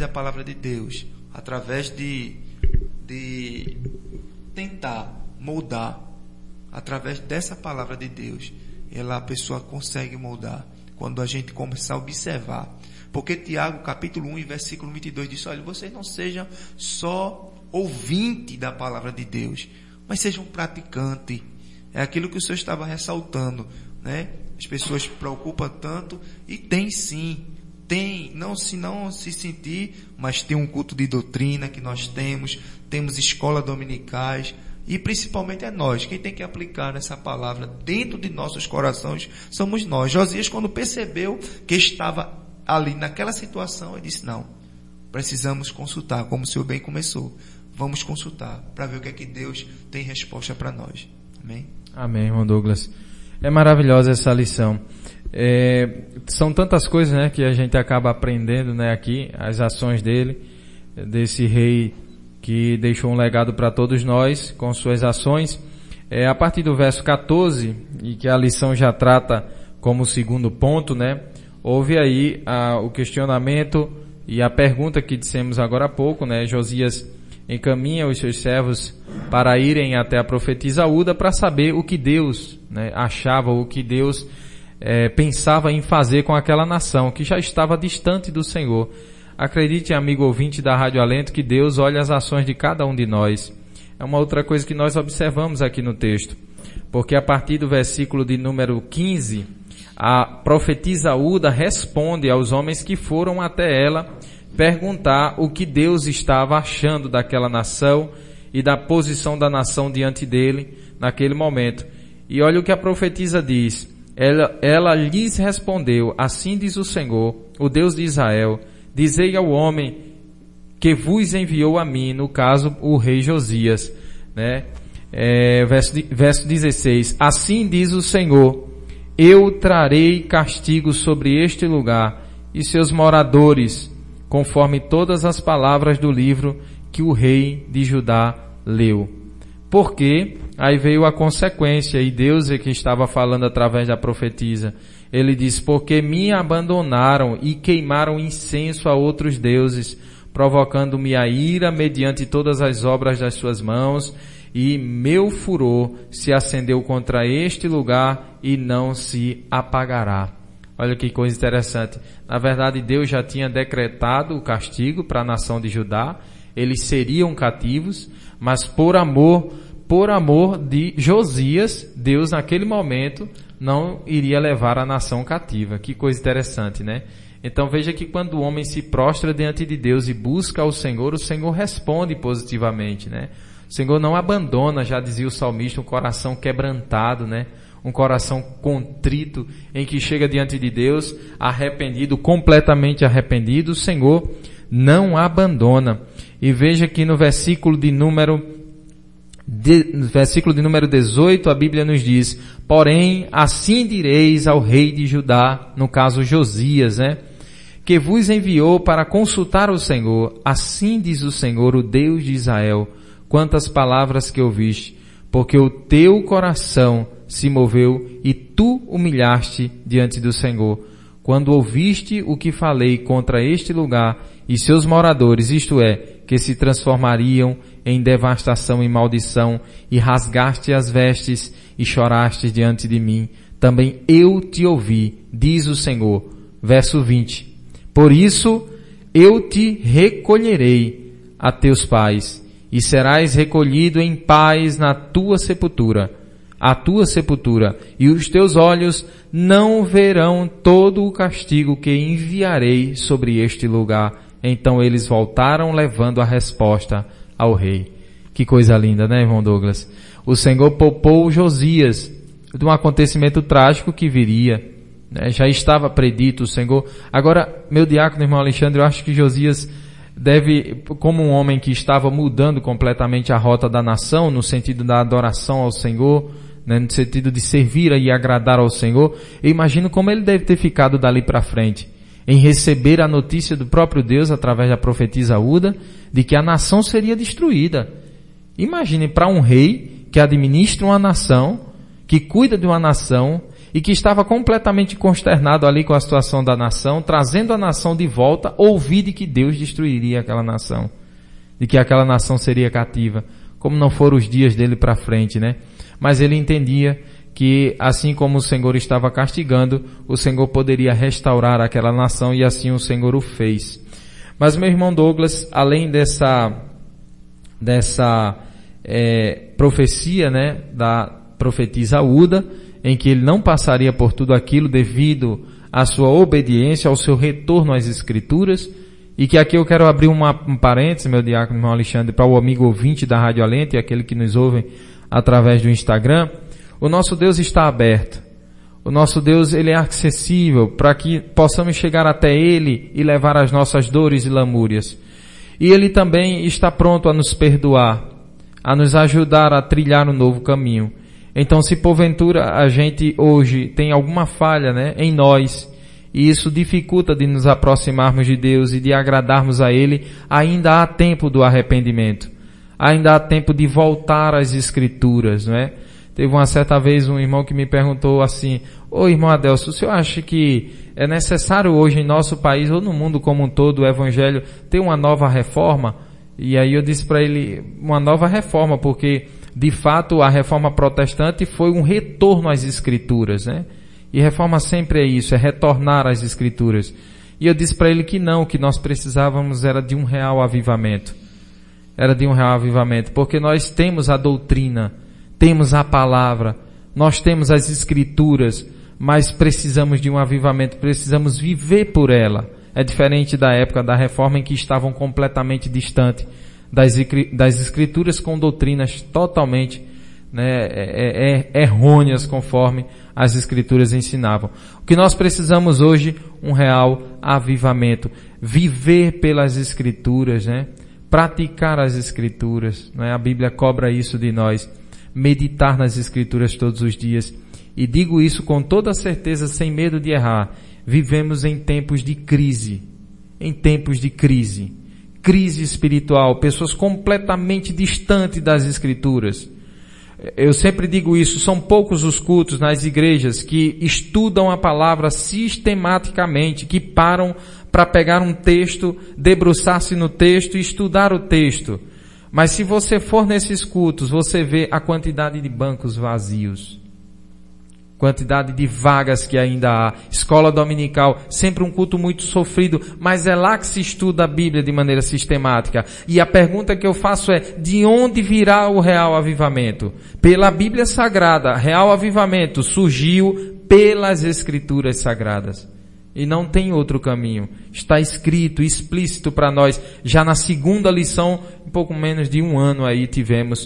de tentar moldar, através dessa palavra de Deus, a pessoa consegue moldar, quando a gente começar a observar. Porque Tiago, capítulo 1 e versículo 22 diz, olha, vocês não sejam só ouvinte da palavra de Deus, mas sejam praticante. É aquilo que o Senhor estava ressaltando, né? As pessoas se preocupam tanto, e tem sim, não se sentir, mas tem um culto de doutrina que nós temos escolas dominicais, e principalmente é nós, quem tem que aplicar essa palavra dentro de nossos corações, somos nós. Josias, quando percebeu que estava ali naquela situação, ele disse, não, precisamos consultar, como o Senhor bem começou, vamos consultar, para ver o que é que Deus tem resposta para nós. Amém?
Amém, irmão Douglas. É maravilhosa essa lição. São tantas coisas, né, que a gente acaba aprendendo, né, aqui, as ações dele, desse rei que deixou um legado para todos nós com suas ações. A partir do verso 14, e que a lição já trata como segundo ponto, né, houve aí o questionamento e a pergunta que dissemos agora há pouco, né, Josias encaminha os seus servos para irem até a profetisa Uda para saber o que Deus, né, achava, o que Deus pensava em fazer com aquela nação que já estava distante do Senhor. Acredite, amigo ouvinte da Rádio Alento, que Deus olha as ações de cada um de nós. É uma outra coisa que nós observamos aqui no texto, porque a partir do versículo de número 15, a profetisa Uda responde aos homens que foram até ela perguntar o que Deus estava achando daquela nação e da posição da nação diante dele naquele momento. E olha o que a profetisa diz. Ela lhes respondeu, assim diz o Senhor, o Deus de Israel, dizei ao homem que vos enviou a mim, no caso o rei Josias, né? Verso 16, assim diz o Senhor, eu trarei castigo sobre este lugar e seus moradores, conforme todas as palavras do livro que o rei de Judá leu. Porque aí veio a consequência, e Deus é que estava falando através da profetisa. Ele diz, porque me abandonaram e queimaram incenso a outros deuses, provocando-me a ira mediante todas as obras das suas mãos, e meu furor se acendeu contra este lugar e não se apagará. Olha que coisa interessante. Na verdade, Deus já tinha decretado o castigo para a nação de Judá. Eles seriam cativos, mas por amor de Josias, Deus naquele momento não iria levar a nação cativa. Que coisa interessante, né? Então veja que quando o homem se prostra diante de Deus e busca o Senhor responde positivamente, né? O Senhor não abandona, já dizia o salmista, um coração quebrantado, né? Um coração contrito, em que chega diante de Deus, arrependido, completamente arrependido, o Senhor não abandona. E veja que no versículo de número 18, a Bíblia nos diz, porém, assim direis ao rei de Judá, no caso Josias, né? Que vos enviou para consultar o Senhor, assim diz o Senhor, o Deus de Israel, quantas palavras que ouviste, porque o teu coração se moveu e tu humilhaste diante do Senhor. Quando ouviste o que falei contra este lugar e seus moradores, isto é, que se transformariam em devastação e maldição, e rasgaste as vestes e choraste diante de mim, também eu te ouvi, diz o Senhor. Verso 20. Por isso eu te recolherei a teus pais, e serás recolhido em paz na tua sepultura, e os teus olhos não verão todo o castigo que enviarei sobre este lugar. Então eles voltaram levando a resposta ao rei. Que coisa linda, né, irmão Douglas? O Senhor poupou Josias de um acontecimento trágico que viria, né? Já estava predito o Senhor. Agora, meu diácono, irmão Alexandre, eu acho que Josias deve, como um homem que estava mudando completamente a rota da nação, no sentido da adoração ao Senhor, né, no sentido de servir e agradar ao Senhor, eu imagino como ele deve ter ficado dali para frente, em receber a notícia do próprio Deus através da profetisa Uda, de que a nação seria destruída. Imagine para um rei que administra uma nação, que cuida de uma nação, e que estava completamente consternado ali com a situação da nação, trazendo a nação de volta, ouvir de que Deus destruiria aquela nação, de que aquela nação seria cativa, como não foram os dias dele para frente, né? Mas ele entendia que assim como o Senhor estava castigando, o Senhor poderia restaurar aquela nação, e assim o Senhor o fez. Mas meu irmão Douglas, além dessa profecia, né, da profetisa Uda, em que ele não passaria por tudo aquilo devido à sua obediência, ao seu retorno às Escrituras, e que aqui eu quero abrir um parênteses, meu diácono, irmão Alexandre, para o amigo ouvinte da Rádio Alento e aquele que nos ouve através do Instagram. O nosso Deus está aberto. O nosso Deus, ele é acessível para que possamos chegar até ele e levar as nossas dores e lamúrias. E ele também está pronto a nos perdoar, a nos ajudar a trilhar um novo caminho. Então, se porventura a gente hoje tem alguma falha, né, em nós, e isso dificulta de nos aproximarmos de Deus e de agradarmos a Ele, ainda há tempo do arrependimento. Ainda há tempo de voltar às Escrituras, não é? Teve uma certa vez um irmão que me perguntou assim: ô irmão Adelso, o senhor acha que é necessário hoje em nosso país ou no mundo como um todo o Evangelho ter uma nova reforma? E aí eu disse para ele, uma nova reforma, porque de fato a reforma protestante foi um retorno às Escrituras, né? E reforma sempre é isso, é retornar às Escrituras. E eu disse para ele que não, que nós precisávamos era de um real avivamento. Era de um real avivamento, porque nós temos a doutrina, temos a palavra, nós temos as Escrituras, mas precisamos de um avivamento, precisamos viver por ela. É diferente da época da reforma em que estavam completamente distantes das Escrituras, com doutrinas totalmente, né, errôneas conforme as Escrituras ensinavam. O que nós precisamos hoje, um real avivamento. Viver pelas Escrituras, né? Praticar as Escrituras, né? A Bíblia cobra isso de nós. Meditar nas Escrituras todos os dias. E digo isso com toda certeza, sem medo de errar. Vivemos em tempos de crise. Em tempos de crise. Crise espiritual. Pessoas completamente distantes das Escrituras. Eu sempre digo isso, são poucos os cultos nas igrejas que estudam a palavra sistematicamente, que param para pegar um texto, debruçar-se no texto e estudar o texto. Mas se você for nesses cultos, você vê a quantidade de bancos vazios, quantidade de vagas que ainda há. Escola dominical, sempre um culto muito sofrido, mas é lá que se estuda a Bíblia de maneira sistemática. E a pergunta que eu faço é, de onde virá o real avivamento? Pela Bíblia Sagrada, real avivamento surgiu pelas Escrituras Sagradas. E não tem outro caminho. Está escrito, explícito para nós. Já na segunda lição, um pouco menos de um ano aí tivemos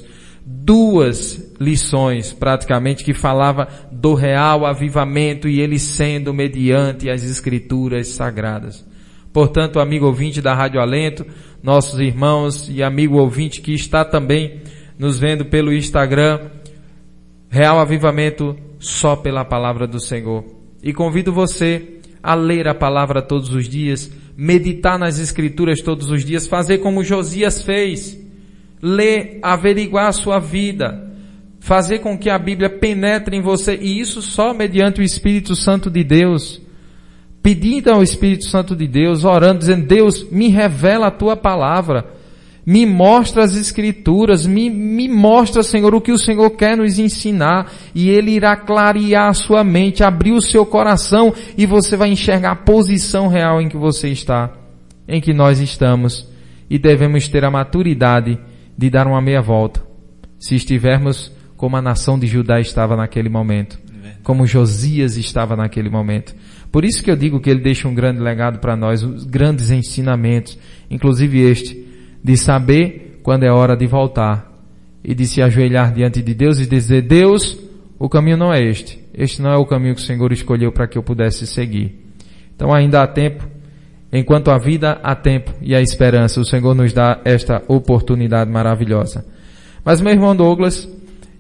2 lições praticamente que falava do real avivamento e ele sendo mediante as Escrituras Sagradas. Portanto, amigo ouvinte da Rádio Alento, nossos irmãos e amigo ouvinte que está também nos vendo pelo Instagram, real avivamento só pela palavra do Senhor. E convido você a ler a palavra todos os dias, meditar nas Escrituras todos os dias, fazer como Josias fez. Ler, averiguar a sua vida, fazer com que a Bíblia penetre em você, e isso só mediante o Espírito Santo de Deus, pedindo ao Espírito Santo de Deus, orando, dizendo: Deus, me revela a tua palavra, me mostra as Escrituras, me mostra, Senhor, o que o Senhor quer nos ensinar, e Ele irá clarear a sua mente, abrir o seu coração, e você vai enxergar a posição real em que você está, em que nós estamos, e devemos ter a maturidade de dar uma meia volta, se estivermos como a nação de Judá estava naquele momento, como Josias estava naquele momento. Por isso que eu digo que ele deixa um grande legado para nós, os grandes ensinamentos, inclusive este, de saber quando é hora de voltar, e de se ajoelhar diante de Deus e dizer: Deus, o caminho não é este não é o caminho que o Senhor escolheu para que eu pudesse seguir. Então ainda há tempo. Enquanto há vida, há tempo e há esperança. O Senhor nos dá esta oportunidade maravilhosa. Mas, meu irmão Douglas,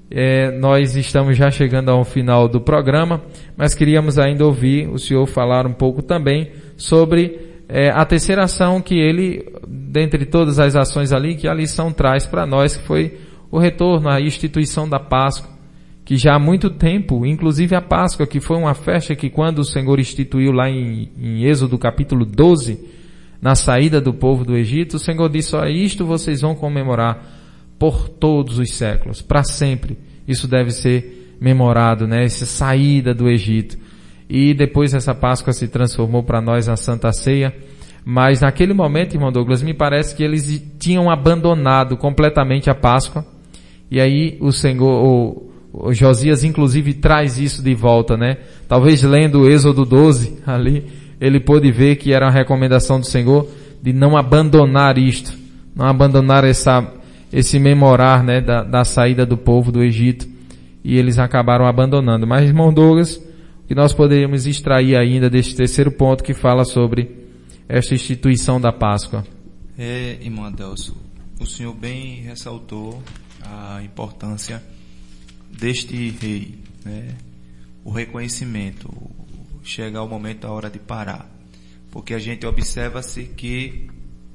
Nós estamos já chegando ao final do programa, mas queríamos ainda ouvir o senhor falar um pouco também sobre a terceira ação que ele, dentre todas as ações ali, que a lição traz para nós, que foi o retorno à instituição da Páscoa, que já há muito tempo, inclusive a Páscoa, que foi uma festa que quando o Senhor instituiu lá em Êxodo capítulo 12, na saída do povo do Egito, o Senhor disse: isto vocês vão comemorar por todos os séculos, para sempre. Isso deve ser memorado, né? Essa saída do Egito. E depois essa Páscoa se transformou para nós na Santa Ceia. Mas naquele momento, irmão Douglas, me parece que eles tinham abandonado completamente a Páscoa. E aí o Senhor, o Josias inclusive traz isso de volta, né? Talvez lendo o Êxodo 12 ali, ele pôde ver que era uma recomendação do Senhor de não abandonar isto, não abandonar esse memorar, né, da saída do povo do Egito, e eles acabaram abandonando. Mas, irmão Douglas, o que nós poderíamos extrair ainda deste terceiro ponto que fala sobre esta instituição da Páscoa?
Irmão Adelso, o senhor bem ressaltou a importância deste rei, né? O reconhecimento, chegar o momento, a hora de parar, porque a gente observa-se que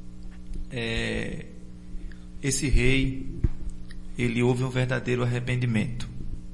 esse rei, ele houve um verdadeiro arrependimento.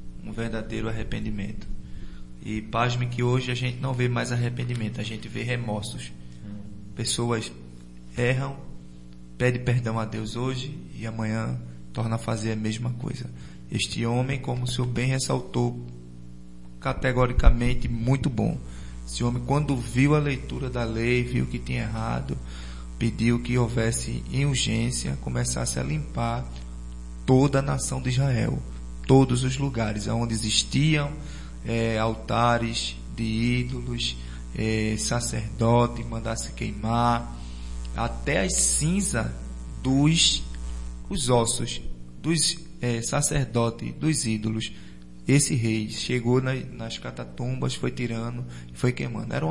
E pasme que hoje a gente não vê mais arrependimento, a gente vê remorsos. Pessoas erram, pedem perdão a Deus hoje e amanhã torna a fazer a mesma coisa. Este homem, como o senhor bem ressaltou, categoricamente muito bom. Esse homem, quando viu a leitura da lei, viu que tinha errado, pediu que houvesse em urgência, começasse a limpar toda a nação de Israel, todos os lugares onde existiam altares de ídolos, sacerdote, mandasse queimar até as cinzas os ossos dos sacerdotes, dos ídolos. Esse rei chegou nas catatumbas, foi tirando, foi queimando. Era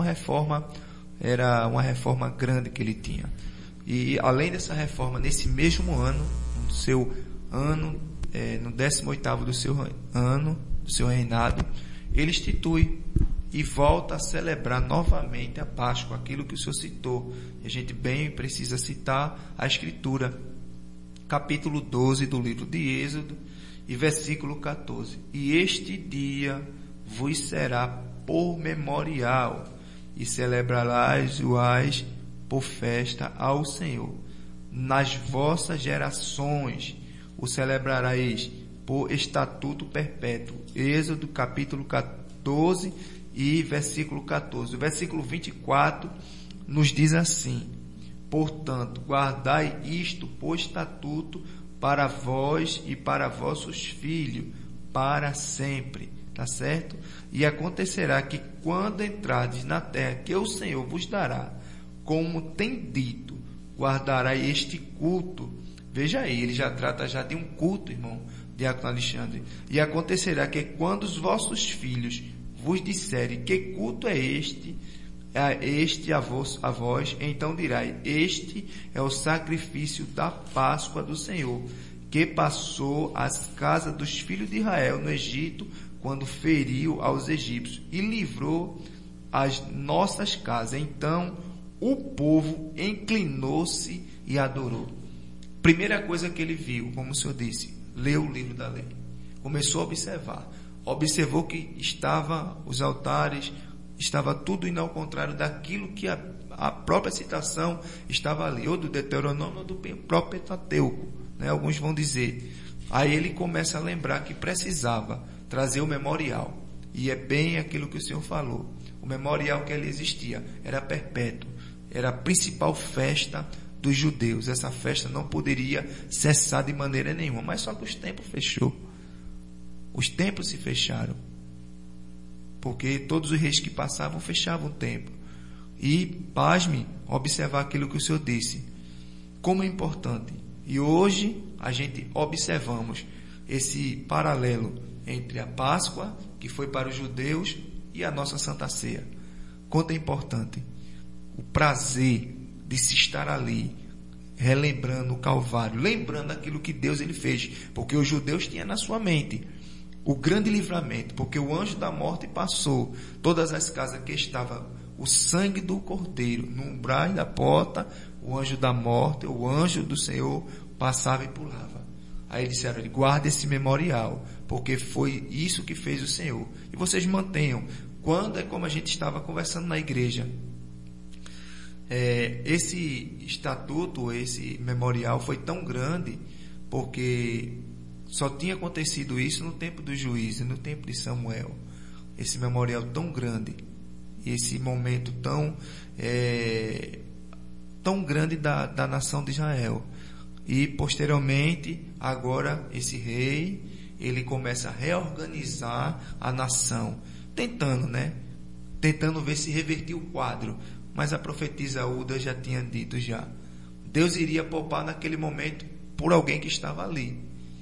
uma reforma grande que ele tinha. E além dessa reforma, nesse mesmo ano, no seu ano, no 18º do seu reinado, ele institui e volta a celebrar novamente a Páscoa, aquilo que o senhor citou. E a gente bem precisa citar a Escritura, capítulo 12 do livro de Êxodo e versículo 14. E este dia vos será por memorial, e celebrarás por festa ao Senhor. Nas vossas gerações o celebrareis por estatuto perpétuo. Êxodo capítulo 14 e versículo 14. O versículo 24 nos diz assim: portanto, guardai isto por estatuto para vós e para vossos filhos, para sempre. Tá certo? E acontecerá que quando entrardes na terra que o Senhor vos dará, como tem dito, guardarai este culto. Veja aí, ele já trata de um culto, irmão Diácono Alexandre. E acontecerá que quando os vossos filhos vos disserem que culto é este a vós, então dirai: este é o sacrifício da Páscoa do Senhor, que passou às casas dos filhos de Israel no Egito, quando feriu aos egípcios e livrou as nossas casas. Então o povo inclinou-se e adorou. Primeira coisa que ele viu, como o senhor disse, leu o livro da lei, começou a observar, observou que os altares, estava tudo indo ao contrário daquilo que a própria citação estava ali, ou do Deuteronômio ou do próprio Pentateuco, né? Alguns vão dizer. Aí ele começa a lembrar que precisava trazer o memorial, e é bem aquilo que o senhor falou. O memorial que ali existia era perpétuo, era a principal festa dos judeus. Essa festa não poderia cessar de maneira nenhuma, mas só que os templos fechou. Os templos se fecharam, porque todos os reis que passavam fechavam o templo. E, pasme, observar aquilo que o senhor disse, como é importante. E hoje a gente observamos esse paralelo entre a Páscoa, que foi para os judeus, e a nossa Santa Ceia. Quanto é importante o prazer de se estar ali, relembrando o Calvário, lembrando aquilo que Deus ele fez, porque os judeus tinham na sua mente o grande livramento, porque o anjo da morte passou todas as casas que estava o sangue do Cordeiro no umbral da porta, o anjo da morte, o anjo do Senhor passava e pulava. Aí disseram, guarda esse memorial, porque foi isso que fez o Senhor. E vocês mantenham. Quando é como a gente estava conversando na igreja, esse estatuto, esse memorial foi tão grande, porque só tinha acontecido isso no tempo dos juízes, no tempo de Samuel. Esse memorial tão grande, esse momento tão grande da nação de Israel. E posteriormente, agora esse rei, ele começa a reorganizar a nação, tentando ver se revertia o quadro. Mas a profetisa Uda já tinha dito já. Deus iria poupar naquele momento por alguém que estava ali.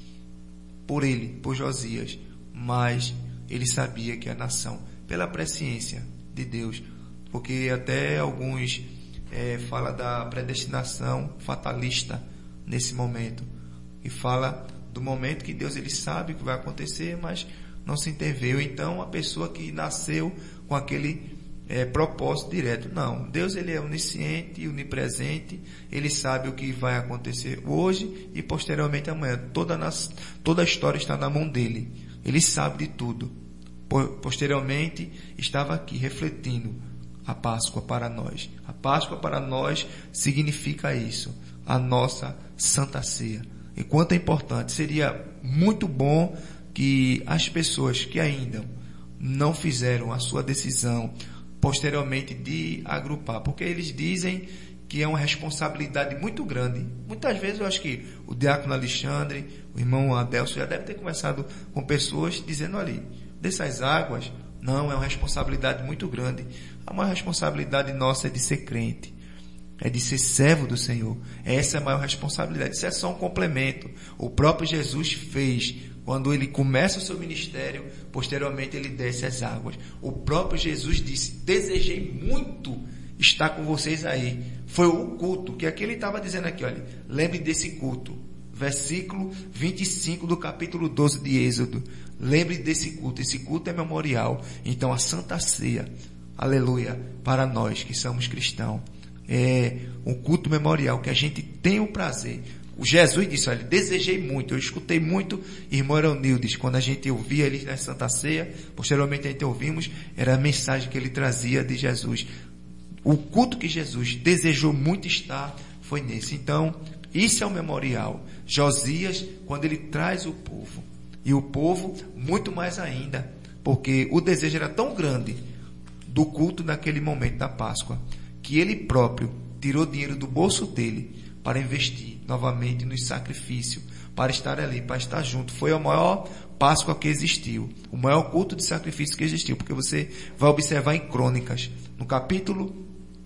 Por ele, por Josias. Mas ele sabia que a nação, pela presciência de Deus, porque até alguns fala da predestinação fatalista nesse momento. E fala do momento que Deus ele sabe o que vai acontecer, mas não se interveio. Então a pessoa que nasceu com aquele propósito direto. Não, Deus ele é onisciente e onipresente, ele sabe o que vai acontecer hoje e posteriormente amanhã. Toda a história está na mão dele, ele sabe de tudo. Posteriormente estava aqui refletindo a Páscoa para nós. A Páscoa para nós significa isso, a nossa Santa Ceia. E quanto é importante, seria muito bom que as pessoas que ainda não fizeram a sua decisão posteriormente de agrupar, porque eles dizem que é uma responsabilidade muito grande. Muitas vezes eu acho que o diácono Alexandre, o irmão Adelso já deve ter conversado com pessoas dizendo ali, dessas águas, não, é uma responsabilidade muito grande. A maior responsabilidade nossa é de ser crente, é de ser servo do Senhor. Essa é a maior responsabilidade. Isso é só um complemento. O próprio Jesus fez. Quando ele começa o seu ministério, posteriormente ele desce as águas. O próprio Jesus disse, desejei muito estar com vocês aí. Foi o culto, que aqui ele estava dizendo aqui, olha, lembre desse culto. Versículo 25 do capítulo 12 de Êxodo. Lembre desse culto. Esse culto é memorial. Então a Santa Ceia, aleluia, para nós que somos cristãos, é um culto memorial que a gente tem o prazer. O Jesus disse, olha, desejei muito, eu escutei muito, irmão Eronildes, quando a gente ouvia ali na Santa Ceia, posteriormente a gente ouvimos, era a mensagem que ele trazia de Jesus. O culto que Jesus desejou muito estar foi nesse. Então, isso é o memorial. Josias, quando ele traz o povo, e o povo muito mais ainda, porque o desejo era tão grande do culto naquele momento da Páscoa, que ele próprio tirou dinheiro do bolso dele para investir novamente no sacrifício, para estar ali, para estar junto. Foi a maior Páscoa que existiu, o maior culto de sacrifício que existiu, porque você vai observar em Crônicas, no capítulo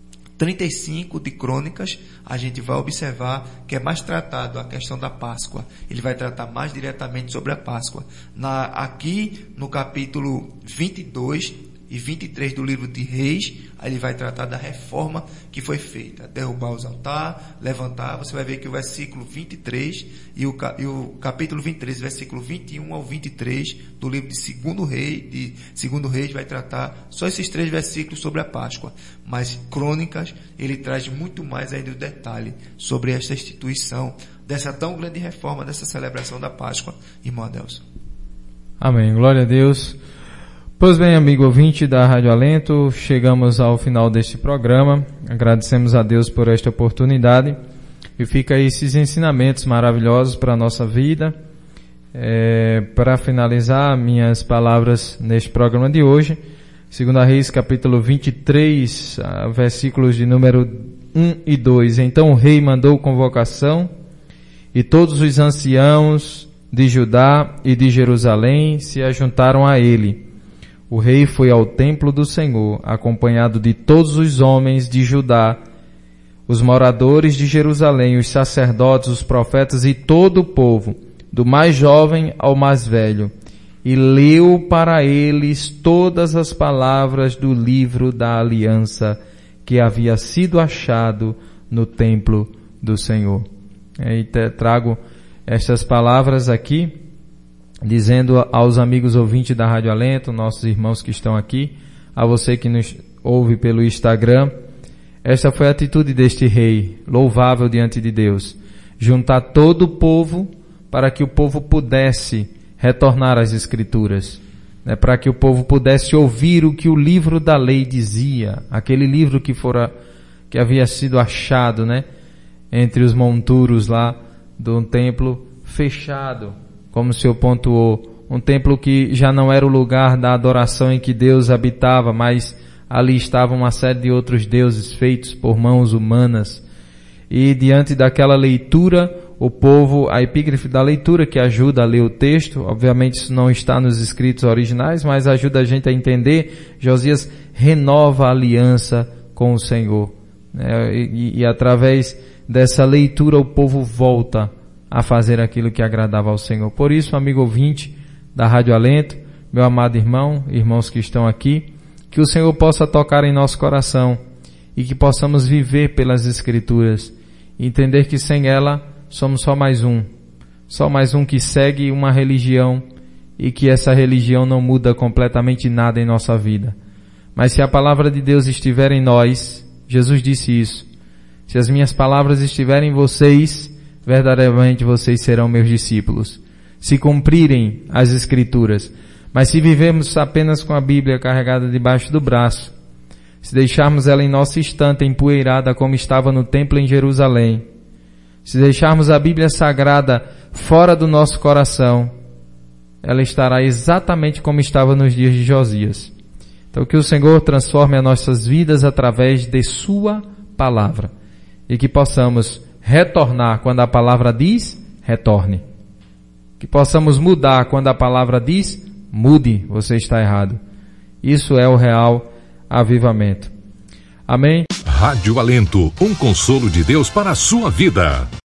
35 de Crônicas, a gente vai observar que é mais tratado a questão da Páscoa. Ele vai tratar mais diretamente sobre a Páscoa. Aqui, no capítulo 22 e 23 do livro de Reis, aí ele vai tratar da reforma que foi feita. Derrubar os altares, levantar. Você vai ver que o versículo 23 e o capítulo 23, versículo 21 ao 23 do livro de Segundo Reis vai tratar só esses 3 versículos sobre a Páscoa. Mas Crônicas, ele traz muito mais ainda o detalhe sobre esta instituição, dessa tão grande reforma, dessa celebração da Páscoa. Irmão Adelson.
Amém. Glória a Deus. Pois bem, amigo ouvinte da Rádio Alento, chegamos ao final deste programa. Agradecemos a Deus por esta oportunidade. E fica aí esses ensinamentos maravilhosos para a nossa vida. Para finalizar minhas palavras neste programa de hoje, 2 Reis capítulo 23, versículos de número 1 e 2. Então o rei mandou convocação e todos os anciãos de Judá e de Jerusalém se ajuntaram a ele. O rei foi ao templo do Senhor, acompanhado de todos os homens de Judá, os moradores de Jerusalém, os sacerdotes, os profetas e todo o povo, do mais jovem ao mais velho, e leu para eles todas as palavras do livro da aliança que havia sido achado no templo do Senhor. E trago estas palavras aqui dizendo aos amigos ouvintes da Rádio Alento, nossos irmãos que estão aqui, a você que nos ouve pelo Instagram, esta foi a atitude deste rei, louvável diante de Deus. Juntar todo o povo para que o povo pudesse retornar às Escrituras, né, para que o povo pudesse ouvir o que o livro da lei dizia, aquele livro que havia sido achado, né, entre os monturos lá do templo fechado, como o senhor pontuou, um templo que já não era o lugar da adoração em que Deus habitava, mas ali estava uma série de outros deuses feitos por mãos humanas. E diante daquela leitura, o povo, a epígrafe da leitura que ajuda a ler o texto, obviamente isso não está nos escritos originais, mas ajuda a gente a entender, Josias renova a aliança com o Senhor. E através dessa leitura o povo volta a fazer aquilo que agradava ao Senhor. Por isso, amigo ouvinte da Rádio Alento, meu amado irmão, irmãos que estão aqui, que o Senhor possa tocar em nosso coração e que possamos viver pelas Escrituras, entender que sem ela somos só mais um que segue uma religião e que essa religião não muda completamente nada em nossa vida. Mas se a palavra de Deus estiver em nós, Jesus disse isso, se as minhas palavras estiverem em vocês, verdadeiramente vocês serão meus discípulos. Se cumprirem as Escrituras. Mas se vivermos apenas com a Bíblia carregada debaixo do braço, se deixarmos ela em nossa estante empoeirada como estava no templo em Jerusalém, se deixarmos a Bíblia Sagrada fora do nosso coração, ela estará exatamente como estava nos dias de Josias. Então que o Senhor transforme as nossas vidas através de sua palavra e que possamos retornar quando a palavra diz, retorne. Que possamos mudar quando a palavra diz, mude, você está errado. Isso é o real avivamento. Amém?
Rádio Alento, um consolo de Deus para a sua vida.